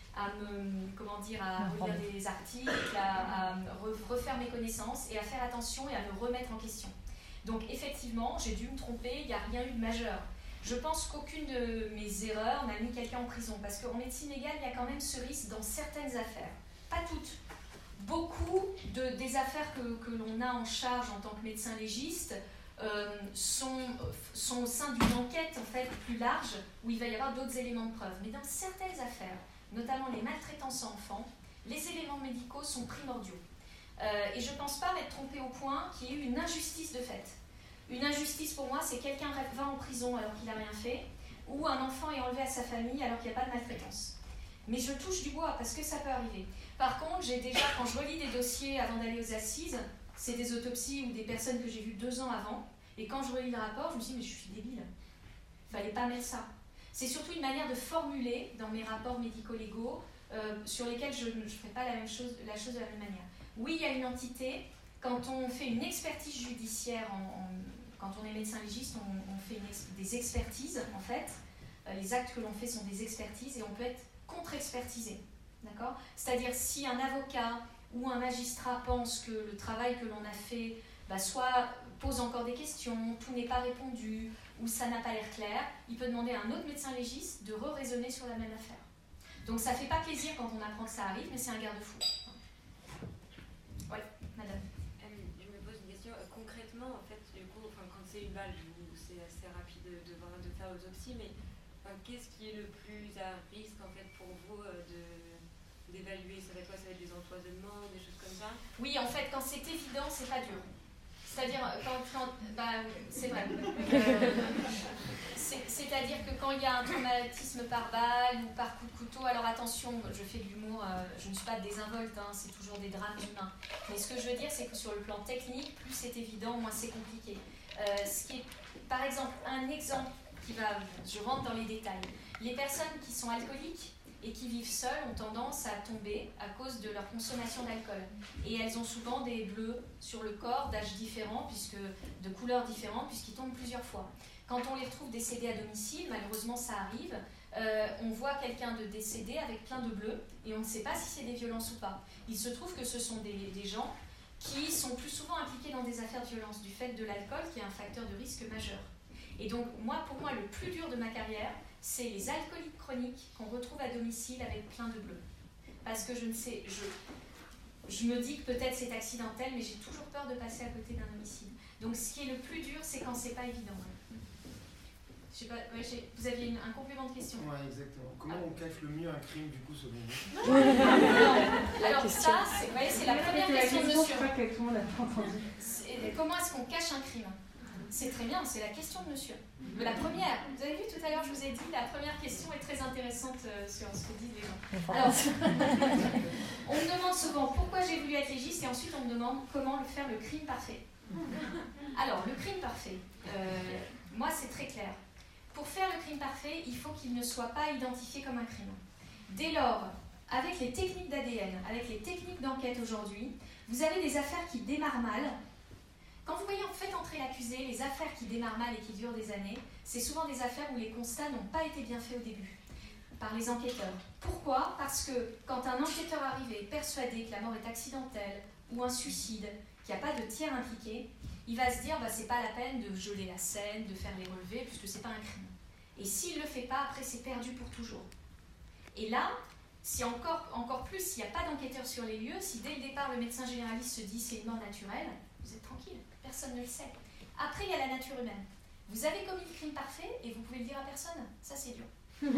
relire des articles, à refaire mes connaissances et à faire attention et à me remettre en question. Donc effectivement, j'ai dû me tromper, il n'y a rien eu de majeur. Je pense qu'aucune de mes erreurs n'a mis quelqu'un en prison parce qu'en médecine légale, il y a quand même ce risque dans certaines affaires. Pas toutes. Beaucoup des affaires que l'on a en charge en tant que médecin légiste sont au sein d'une enquête en fait, plus large où il va y avoir d'autres éléments de preuve. Mais dans certaines affaires, notamment les maltraitances enfants, les éléments médicaux sont primordiaux. Et je ne pense pas m'être trompée au point qu'il y ait eu une injustice de fait. Une injustice pour moi, c'est quelqu'un va en prison alors qu'il n'a rien fait, ou un enfant est enlevé à sa famille alors qu'il n'y a pas de maltraitance. Mais je touche du bois parce que ça peut arriver. Par contre, quand je relis des dossiers avant d'aller aux assises, c'est des autopsies ou des personnes que j'ai vues 2 ans avant, et quand je relis le rapport, je me dis mais je suis débile. Il ne fallait pas mettre ça. C'est surtout une manière de formuler dans mes rapports médico-légaux sur lesquels je ne ferai pas la chose de la même manière. Oui, il y a une entité. Quand on fait une expertise judiciaire, quand on est médecin légiste, on fait des expertises en fait. Les actes que l'on fait sont des expertises et on peut être contre-expertisé. D'accord ? C'est-à-dire si un avocat ou un magistrat pense que le travail que l'on a fait soit pose encore des questions, tout n'est pas répondu, ou ça n'a pas l'air clair, il peut demander à un autre médecin légiste de re-raisonner sur la même affaire. Donc ça ne fait pas plaisir quand on apprend que ça arrive, mais c'est un garde-fou. Oui, madame. Je me pose une question. Concrètement, en fait, du coup, quand c'est une balle, c'est assez rapide de faire l'autopsie, mais qu'est-ce qui est le plus à risque en fait pour vous d'évaluer? Ça va être quoi? Ça va être des empoisonnements, des choses comme ça? Oui, en fait, quand c'est évident, c'est pas dur. C'est-à-dire, c'est vrai. C'est-à-dire que quand il y a un traumatisme par balle ou par coup de couteau, alors attention, je fais de l'humour, je ne suis pas désinvolte, hein, c'est toujours des drames humains. Mais ce que je veux dire, c'est que sur le plan technique, plus c'est évident, moins c'est compliqué. Par exemple, un exemple je rentre dans les détails. Les personnes qui sont alcooliques et qui vivent seules ont tendance à tomber à cause de leur consommation d'alcool. Et elles ont souvent des bleus sur le corps d'âge différents, de couleurs différentes, puisqu'ils tombent plusieurs fois. Quand on les retrouve décédés à domicile, malheureusement ça arrive, on voit quelqu'un de décédé avec plein de bleus et on ne sait pas si c'est des violences ou pas. Il se trouve que ce sont des gens qui sont plus souvent impliqués dans des affaires de violence du fait de l'alcool, qui est un facteur de risque majeur. Et donc, pour moi, le plus dur de ma carrière, c'est les alcooliques chroniques qu'on retrouve à domicile avec plein de bleus. Parce que je ne sais, je me dis que peut-être c'est accidentel, mais j'ai toujours peur de passer à côté d'un homicide. Donc, ce qui est le plus dur, c'est quand c'est pas évident. Je sais pas, vous aviez un complément de question. Oui, exactement. Comment on cache le mieux un crime, du coup, selon vous? Alors ça, c'est la première question de monsieur. Je crois que tout le monde a pas entendu. Comment est-ce qu'on cache un crime? C'est très bien, c'est la question de monsieur. La première, vous avez vu tout à l'heure, je vous ai dit, la première question est très intéressante sur ce que disent les gens. Alors, on me demande souvent pourquoi j'ai voulu être légiste et ensuite on me demande comment faire le crime parfait. Alors, le crime parfait, moi c'est très clair. Pour faire le crime parfait, il faut qu'il ne soit pas identifié comme un crime. Dès lors, avec les techniques d'ADN, avec les techniques d'enquête aujourd'hui, vous avez des affaires qui démarrent mal. Quand vous voyez en fait entrer l'accusé, les affaires qui démarrent mal et qui durent des années, c'est souvent des affaires où les constats n'ont pas été bien faits au début, par les enquêteurs. Pourquoi? Parce que quand un enquêteur arrive et est persuadé que la mort est accidentelle ou un suicide, qu'il n'y a pas de tiers impliqué, il va se dire c'est pas la peine de geler la scène, de faire les relevés, puisque c'est pas un crime. Et s'il ne le fait pas, après c'est perdu pour toujours. Et là, si encore plus, s'il n'y a pas d'enquêteur sur les lieux, si dès le départ le médecin généraliste se dit c'est une mort naturelle, vous êtes tranquille, personne ne le sait. Après, il y a la nature humaine. Vous avez commis le crime parfait et vous pouvez le dire à personne. Ça, c'est dur.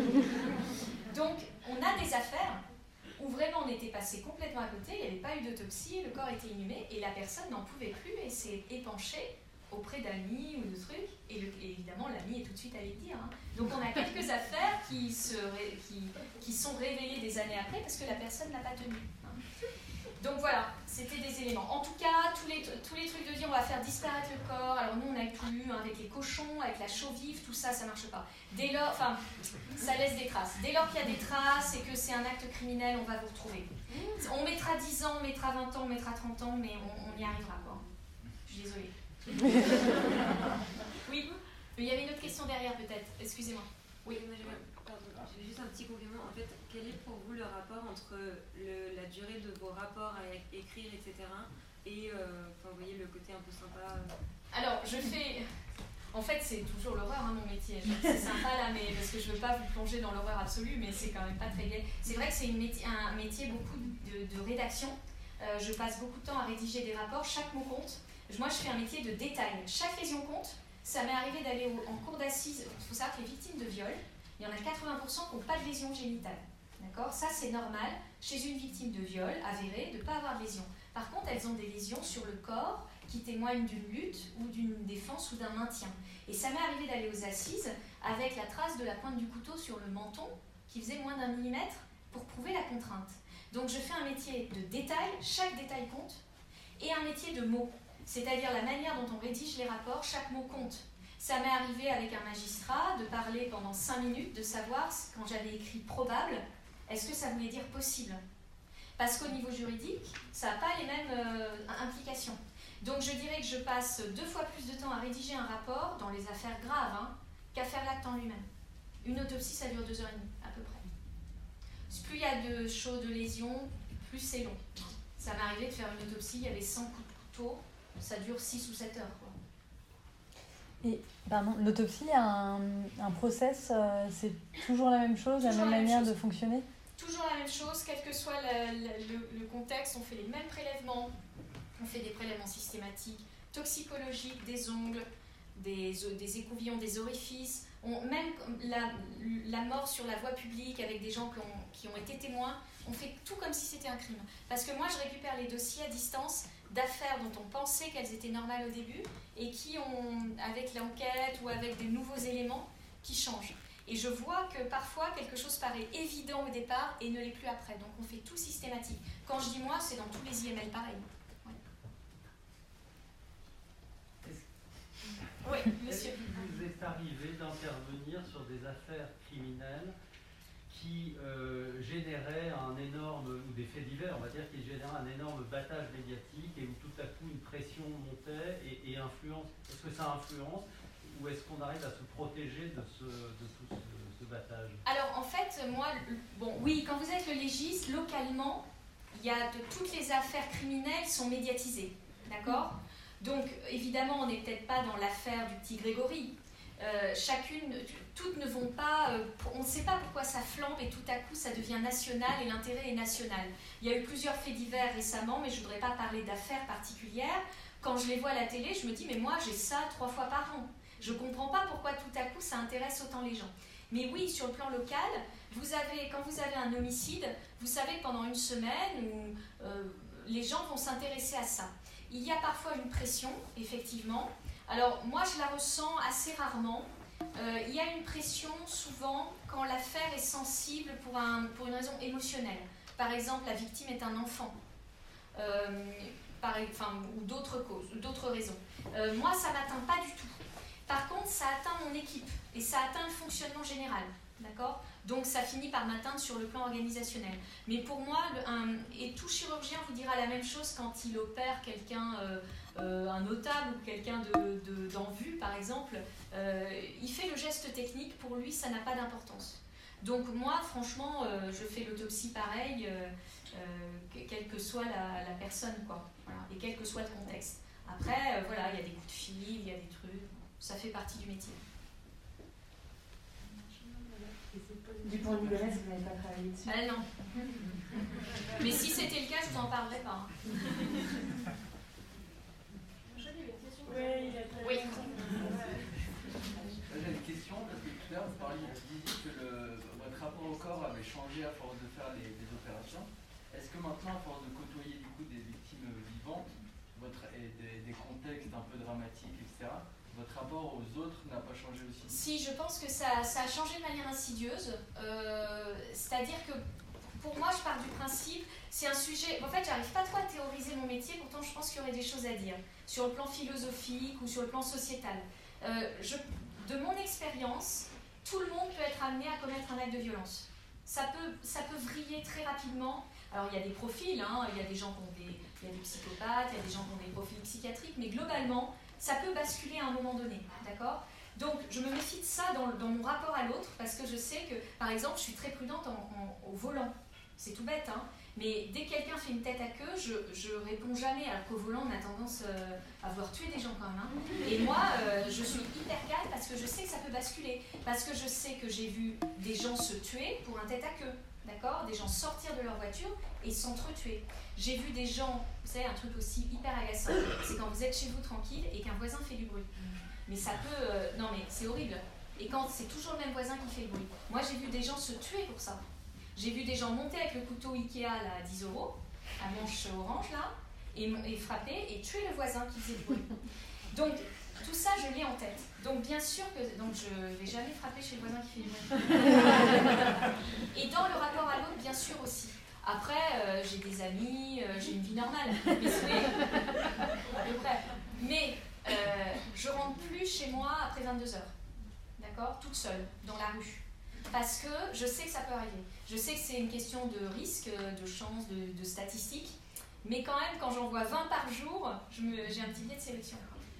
Donc, on a des affaires où vraiment on était passé complètement à côté, il n'y avait pas eu d'autopsie, le corps était inhumé et la personne n'en pouvait plus et s'est épanchée auprès d'amis ou de trucs. Et évidemment, l'ami est tout de suite allé le dire. Hein. Donc, on a quelques affaires qui sont révélées des années après parce que la personne n'a pas tenu. Hein. Donc voilà, c'était des éléments. En tout cas, tous les trucs de dire on va faire disparaître le corps, alors nous on a eu avec les cochons, avec la chaux vive, tout ça, ça marche pas. Dès lors, ça laisse des traces. Dès lors qu'il y a des traces et que c'est un acte criminel, on va vous retrouver. On mettra 10 ans, on mettra 20 ans, on mettra 30 ans, mais on y arrivera quoi. Je suis désolée. Oui, mais il y avait une autre question derrière peut-être, excusez-moi. Oui. J'ai juste un petit complément. En fait, quel est pour vous le rapport entre la durée de vos rapports à écrire, etc. et vous voyez le côté un peu sympa Alors, en fait, c'est toujours l'horreur, hein, mon métier. C'est sympa là, mais parce que je ne veux pas vous plonger dans l'horreur absolue, mais c'est quand même pas très gai. C'est vrai que c'est un métier beaucoup de rédaction. Je passe beaucoup de temps à rédiger des rapports. Chaque mot compte. Moi, je fais un métier de détail. Chaque lésion compte. Ça m'est arrivé d'aller en cour d'assises. Il faut savoir que les victimes de viol, il y en a 80% qui n'ont pas de lésion génitale. D'accord ? Ça, c'est normal chez une victime de viol avérée de ne pas avoir de lésion. Par contre, elles ont des lésions sur le corps qui témoignent d'une lutte ou d'une défense ou d'un maintien. Et ça m'est arrivé d'aller aux assises avec la trace de la pointe du couteau sur le menton qui faisait moins d'1 millimètre pour prouver la contrainte. Donc, je fais un métier de détail, chaque détail compte, et un métier de mots. C'est-à-dire la manière dont on rédige les rapports, chaque mot compte. Ça m'est arrivé avec un magistrat de parler pendant 5 minutes, de savoir, quand j'avais écrit probable, est-ce que ça voulait dire possible? Parce qu'au niveau juridique, ça n'a pas les mêmes implications. Donc je dirais que je passe 2 fois plus de temps à rédiger un rapport dans les affaires graves qu'à faire l'acte en lui-même. Une autopsie, ça dure 2h30 à peu près. Plus il y a de choses, de lésions, plus c'est long. Ça m'est arrivé de faire une autopsie, il y avait 100 coups de couteau, ça dure 6 ou 7 heures. Quoi. Et pardon, l'autopsie a un process, c'est toujours la même chose, la même manière de fonctionner? Toujours la même chose, quel que soit le contexte, on fait les mêmes prélèvements, on fait des prélèvements systématiques, toxicologiques, des ongles, des écouvillons, des orifices, même la mort sur la voie publique avec des gens qui ont été témoins, on fait tout comme si c'était un crime. Parce que moi, je récupère les dossiers à distance d'affaires dont on pensait qu'elles étaient normales au début et qui ont, avec l'enquête ou avec des nouveaux éléments, qui changent. Et je vois que parfois, quelque chose paraît évident au départ et ne l'est plus après. Donc on fait tout systématique. Quand je dis moi, c'est dans tous les IML pareil. Ouais. Oui, monsieur. Est-ce qu'il vous est arrivé d'intervenir sur des affaires criminelles qui généraient un énorme, ou des faits divers, on va dire, qui généraient un énorme battage médiatique et où tout à coup une pression montait et influence? Est-ce que ça influence ou est-ce qu'on arrive à se protéger de tout ce battage? Alors en fait, moi, bon, oui, quand vous êtes le légiste, localement, il y a toutes les affaires criminelles sont médiatisées, d'accord? Donc évidemment, on n'est peut-être pas dans l'affaire du petit Grégory. Toutes ne vont pas, on ne sait pas pourquoi ça flambe et tout à coup ça devient national et l'intérêt est national. Il y a eu plusieurs faits divers récemment, mais je ne voudrais pas parler d'affaires particulières. Quand je les vois à la télé, je me dis, mais moi j'ai ça 3 fois par an. Je ne comprends pas pourquoi tout à coup ça intéresse autant les gens. Mais oui, sur le plan local, quand vous avez un homicide, vous savez que pendant une semaine, les gens vont s'intéresser à ça. Il y a parfois une pression, effectivement. Alors moi je la ressens assez rarement. Il y a une pression souvent quand l'affaire est sensible pour une raison émotionnelle. Par exemple, la victime est un enfant. Ou d'autres causes, d'autres raisons. Moi ça ne m'atteint pas du tout. Par contre, ça atteint mon équipe et ça atteint le fonctionnement général, d'accord? Donc ça finit par m'atteindre sur le plan organisationnel. Mais pour moi, et tout chirurgien vous dira la même chose quand il opère quelqu'un, un notable ou quelqu'un d'en vue par exemple, il fait le geste technique, pour lui ça n'a pas d'importance. Donc moi franchement, je fais l'autopsie pareil, quelle que soit la personne, quoi. Voilà, et quel que soit le contexte. Après, voilà, il y a des coups de fil, il y a des trucs. Ça fait partie du métier. Dupont de Ligonnès, vous n'avez pas travaillé dessus? Ah non. Mais si c'était le cas, je vous en parlerais pas. Oui. J'ai une question, parce que tout à l'heure, vous disiez que votre rapport au corps avait changé à force de faire les opérations. Est-ce que maintenant, à force de côtoyer du coup des victimes vivantes et des contextes un peu dramatiques, etc., votre rapport aux autres n'a pas changé aussi? Si, je pense que ça a changé de manière insidieuse. C'est-à-dire que pour moi, je pars du principe, c'est un sujet... En fait, j'arrive pas trop à théoriser mon métier, pourtant je pense qu'il y aurait des choses à dire, sur le plan philosophique ou sur le plan sociétal. De mon expérience, tout le monde peut être amené à commettre un acte de violence. Ça peut vriller très rapidement. Alors, il y a des profils, hein, il y a des gens qui ont il y a des psychopathes, il y a des gens qui ont des profils psychiatriques, mais globalement, ça peut basculer à un moment donné, d'accord? Donc, je me méfie de ça dans mon rapport à l'autre, parce que je sais que, par exemple, je suis très prudente au volant. C'est tout bête, hein? Mais dès que quelqu'un fait une tête à queue, je réponds jamais, alors qu'au volant, on a tendance à vouloir tuer des gens quand même. Hein. Et moi, je suis hyper calme parce que je sais que ça peut basculer. Parce que je sais que j'ai vu des gens se tuer pour un tête à queue. D'accord? Des gens sortir de leur voiture et s'entretuer. J'ai vu des gens, vous savez, un truc aussi hyper agaçant, c'est quand vous êtes chez vous tranquille et qu'un voisin fait du bruit. Mais ça peut... non mais c'est horrible. Et quand c'est toujours le même voisin qui fait le bruit. Moi j'ai vu des gens se tuer pour ça. J'ai vu des gens monter avec le couteau Ikea là, à 10 €, à manche orange là, et frapper et tuer le voisin qui faisait du bruit. Donc tout ça je l'ai en tête. Donc bien sûr que je ne vais jamais frapper chez le voisin qui fait du bruit. Et dans le rapport à l'autre, bien sûr aussi. Après, j'ai des amis, j'ai une vie normale. À peu près. Mais je rentre plus chez moi après 22 heures. D'accord? Toute seule, dans la rue. Parce que je sais que ça peut arriver. Je sais que c'est une question de risque, de chance, de statistiques. Mais quand même, quand j'en vois 20 par jour, j'ai un petit biais de sélection.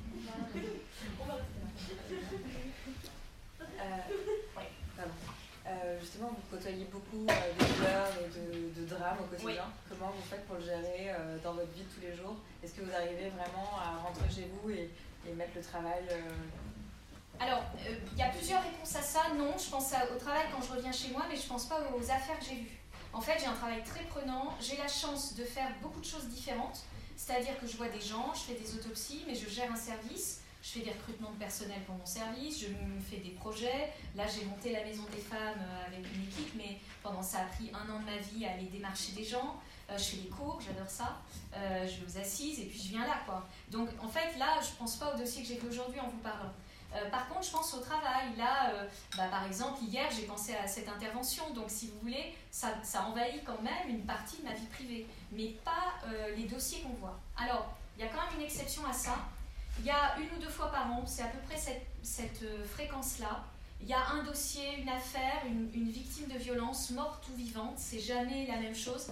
Justement, vous côtoyez beaucoup de douleurs et de drames au quotidien. Oui. Comment vous faites pour le gérer dans votre vie de tous les jours? Est-ce que vous arrivez vraiment à rentrer chez vous et mettre le travail Alors, il y a plusieurs réponses à ça. Non, je pense au travail quand je reviens chez moi, mais je ne pense pas aux affaires que j'ai vues. En fait, j'ai un travail très prenant. J'ai la chance de faire beaucoup de choses différentes. C'est-à-dire que je vois des gens, je fais des autopsies, mais je gère un service. Je fais des recrutements de personnel pour mon service, je me fais des projets. Là, j'ai monté la Maison des Femmes avec une équipe, mais pendant ça a pris 1 an de ma vie à aller démarcher des gens. Je fais des cours, j'adore ça. Je vais aux assises et puis je viens là, quoi. Donc, en fait, là, je ne pense pas au dossier que j'ai fait aujourd'hui en vous parlant. Par contre, je pense au travail. Là, par exemple, hier, j'ai pensé à cette intervention. Donc, si vous voulez, ça envahit quand même une partie de ma vie privée, mais pas les dossiers qu'on voit. Alors, il y a quand même une exception à ça. Il y a 1 ou 2 fois par an, c'est à peu près cette fréquence-là. Il y a un dossier, une affaire, une victime de violence, morte ou vivante, c'est jamais la même chose,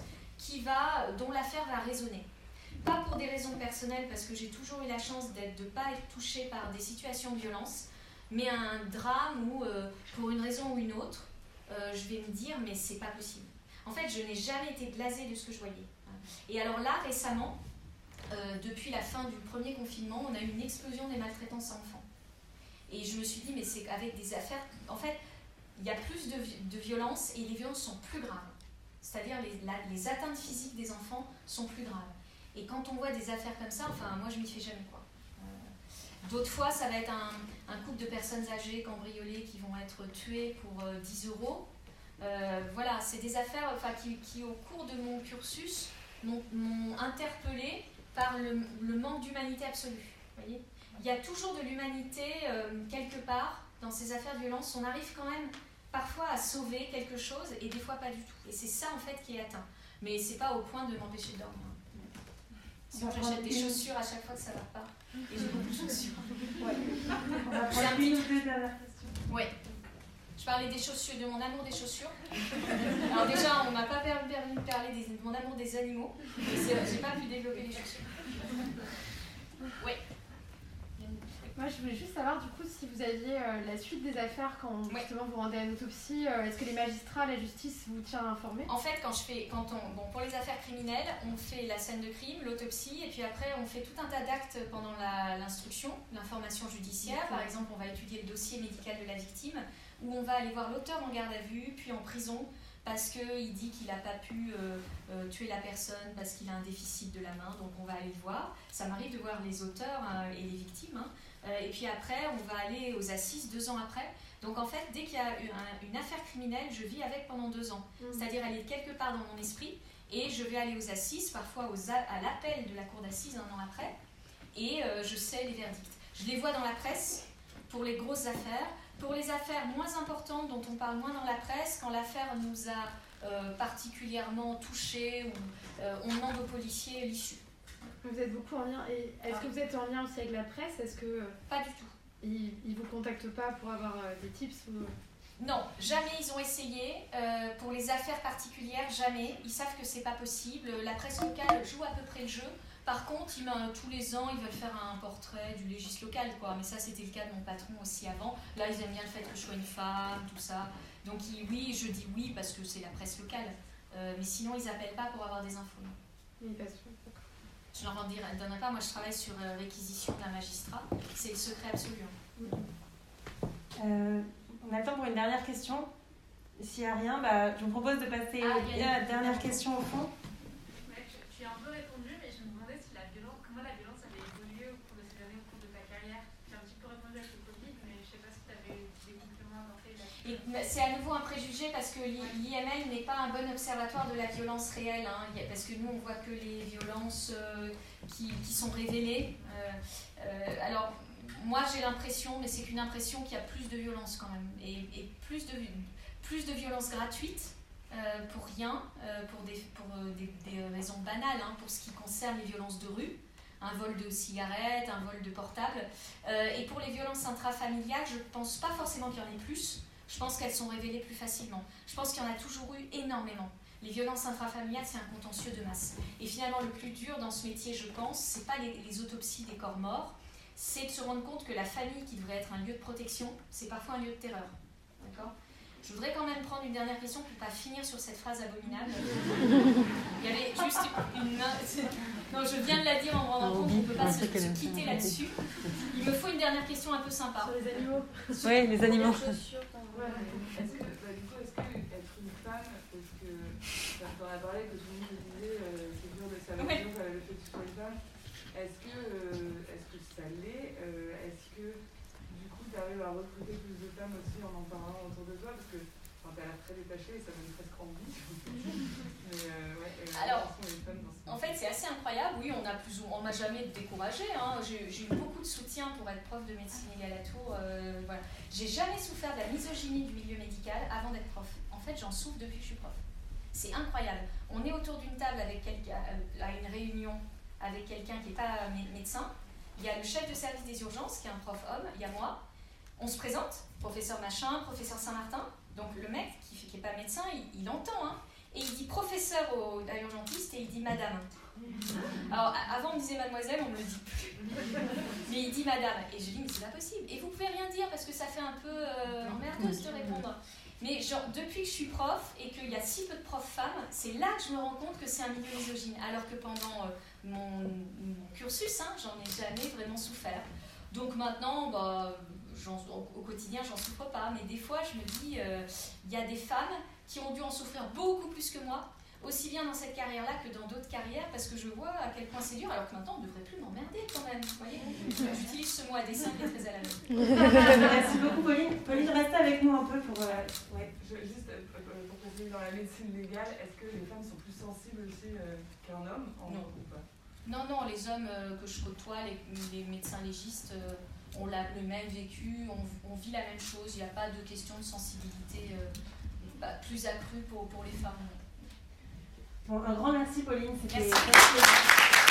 dont l'affaire va résonner. Pas pour des raisons personnelles, parce que j'ai toujours eu la chance de ne pas être touchée par des situations de violence, mais un drame où, pour une raison ou une autre, je vais me dire, mais c'est pas possible. En fait, je n'ai jamais été blasée de ce que je voyais. Et alors là, récemment, depuis la fin du premier confinement, on a eu une explosion des maltraitances à enfants. Et je me suis dit, mais c'est avec des affaires... En fait, il y a plus de violences et les violences sont plus graves. C'est-à-dire les atteintes physiques des enfants sont plus graves. Et quand on voit des affaires comme ça, enfin, moi, je m'y fais jamais, quoi. D'autres fois, ça va être un couple de personnes âgées, cambriolées, qui vont être tuées pour 10 €. Voilà, c'est des affaires qui, au cours de mon cursus, m'ont interpellée par le manque d'humanité absolue. Voyez, il y a toujours de l'humanité quelque part dans ces affaires de violence. On arrive quand même parfois à sauver quelque chose et des fois pas du tout. Et c'est ça en fait qui est atteint. Mais c'est pas au point de m'empêcher de dormir. Sinon j'achète des chaussures à chaque fois que ça va pas. Et j'ai beaucoup de chaussures. Ouais. On va prendre une ou deux dernières questions. Ouais. Je parlais des chaussures, de mon amour des chaussures. Alors déjà, on m'a pas permis de parler de mon amour des animaux. Et j'ai pas pu développer les chaussures. Oui. Moi, je voulais juste savoir, du coup, si vous aviez la suite des affaires quand justement vous rendez à une autopsie. Est-ce que les magistrats, la justice vous tient informé? En fait, pour les affaires criminelles, on fait la scène de crime, l'autopsie, et puis après, on fait tout un tas d'actes pendant l'instruction, l'information judiciaire. Par exemple, on va étudier le dossier médical de la victime, où on va aller voir l'auteur en garde à vue, puis en prison, parce qu'il dit qu'il n'a pas pu tuer la personne, parce qu'il a un déficit de la main, donc on va aller le voir. Ça m'arrive de voir les auteurs et les victimes. Et puis après, on va aller aux assises 2 ans après. Donc en fait, dès qu'il y a une affaire criminelle, je vis avec pendant 2 ans. C'est-à-dire, elle est quelque part dans mon esprit, et je vais aller aux assises, parfois à l'appel de la cour d'assises 1 an après, et je sais les verdicts. Je les vois dans la presse pour les grosses affaires. Pour les affaires moins importantes, dont on parle moins dans la presse, quand l'affaire nous a particulièrement touchés, ou on demande aux policiers l'issue. Vous êtes beaucoup en lien. Et est-ce que vous êtes en lien aussi avec la presse? Est-ce que pas du tout. Ils vous contactent pas pour avoir des tips ou... Non, jamais ils ont essayé. Pour les affaires particulières, jamais. Ils savent que c'est pas possible. La presse locale joue à peu près le jeu. Par contre, tous les ans, ils veulent faire un portrait du légiste local, quoi. Mais ça, c'était le cas de mon patron aussi avant. Là, ils aiment bien le fait que je sois une femme, tout ça. Donc oui, je dis oui parce que c'est la presse locale. Mais sinon, ils n'appellent pas pour avoir des infos. Oui, parce que... Je ne leur donnerai pas. Moi, je travaille sur réquisition d'un magistrat. C'est le secret absolu. On a le temps pour une dernière question. S'il n'y a rien, je vous propose de passer à la dernière question au fond. Tu as un peu répondu, mais je me demandais comment la violence avait évolué au cours de ces années, au cours de ta carrière. Tu as un petit peu répondu avec le Covid, mais je ne sais pas si tu avais des compléments à apporter là-dessus. C'est à nouveau un préjugé parce que l'IML n'est pas un bon observatoire de la violence réelle, parce que nous on voit que les violences qui sont révélées. Alors moi j'ai l'impression, mais c'est qu'une impression, qu'il y a plus de violence quand même, et plus de violence gratuite pour rien, pour des raisons banales, pour ce qui concerne les violences de rue. Un vol de cigarettes, un vol de portable. Et pour les violences intrafamiliales, je ne pense pas forcément qu'il y en ait plus. Je pense qu'elles sont révélées plus facilement. Je pense qu'il y en a toujours eu énormément. Les violences intrafamiliales, c'est un contentieux de masse. Et finalement, le plus dur dans ce métier, je pense, ce n'est pas les autopsies des corps morts, c'est de se rendre compte que la famille, qui devrait être un lieu de protection, c'est parfois un lieu de terreur. D'accord ? Je voudrais quand même prendre une dernière question pour ne pas finir sur cette phrase abominable. Il y avait juste une... Non, je viens de la dire en me rendant compte qu'on ne peut pas se quitter là-dessus. Il me faut une dernière question un peu sympa. Sur les animaux. Oui, les animaux. Est-ce que être une femme, parce que on a parlé que tout le monde disait c'est dur de savoir le fait que tu sois une femme, est-ce que ça l'est est-ce que du coup tu arrives à recruter plus de femmes aussi en parlant autour de toi, parce que tu as l'air très détachée et ça donne presque envie. Alors, en fait, c'est assez incroyable. Oui, on m'a jamais découragée. Hein. J'ai eu beaucoup de soutien pour être prof de médecine légale à Tours. Voilà. J'ai jamais souffert de la misogynie du milieu médical avant d'être prof. En fait, j'en souffre depuis que je suis prof. C'est incroyable. On est autour d'une table avec quelqu'un, à une réunion avec quelqu'un qui n'est pas médecin. Il y a le chef de service des urgences, qui est un prof homme. Il y a moi. On se présente, professeur machin, professeur Saint-Martin. Donc le mec, qui n'est pas médecin, il entend, hein. Et il dit professeur à l'urgentiste et il dit madame. Alors avant on me disait mademoiselle, on me le dit plus. Mais il dit madame. Et je dis mais c'est pas possible. Et vous pouvez rien dire parce que ça fait un peu emmerdeuse de répondre. Mais genre depuis que je suis prof et qu'il y a si peu de profs femmes, c'est là que je me rends compte que c'est un milieu misogyne. Alors que pendant mon cursus, hein, j'en ai jamais vraiment souffert. Donc maintenant, au quotidien, j'en souffre pas. Mais des fois, je me dis, il y a des femmes qui ont dû en souffrir beaucoup plus que moi, aussi bien dans cette carrière-là que dans d'autres carrières, parce que je vois à quel point c'est dur, alors que maintenant, on ne devrait plus m'emmerder quand même. Vous voyez, j'utilise ce mot à dessein qui est très à la mode. Merci beaucoup, Pauline. Pauline, reste avec nous un peu pour... Juste pour continuer dans la médecine légale, est-ce que les femmes sont plus sensibles aussi qu'un homme ou pas? Non, les hommes que je côtoie, les médecins légistes, ont le même vécu, on vit la même chose, il n'y a pas de question de sensibilité plus accrue pour les femmes. Bon, un grand merci, Pauline. Merci.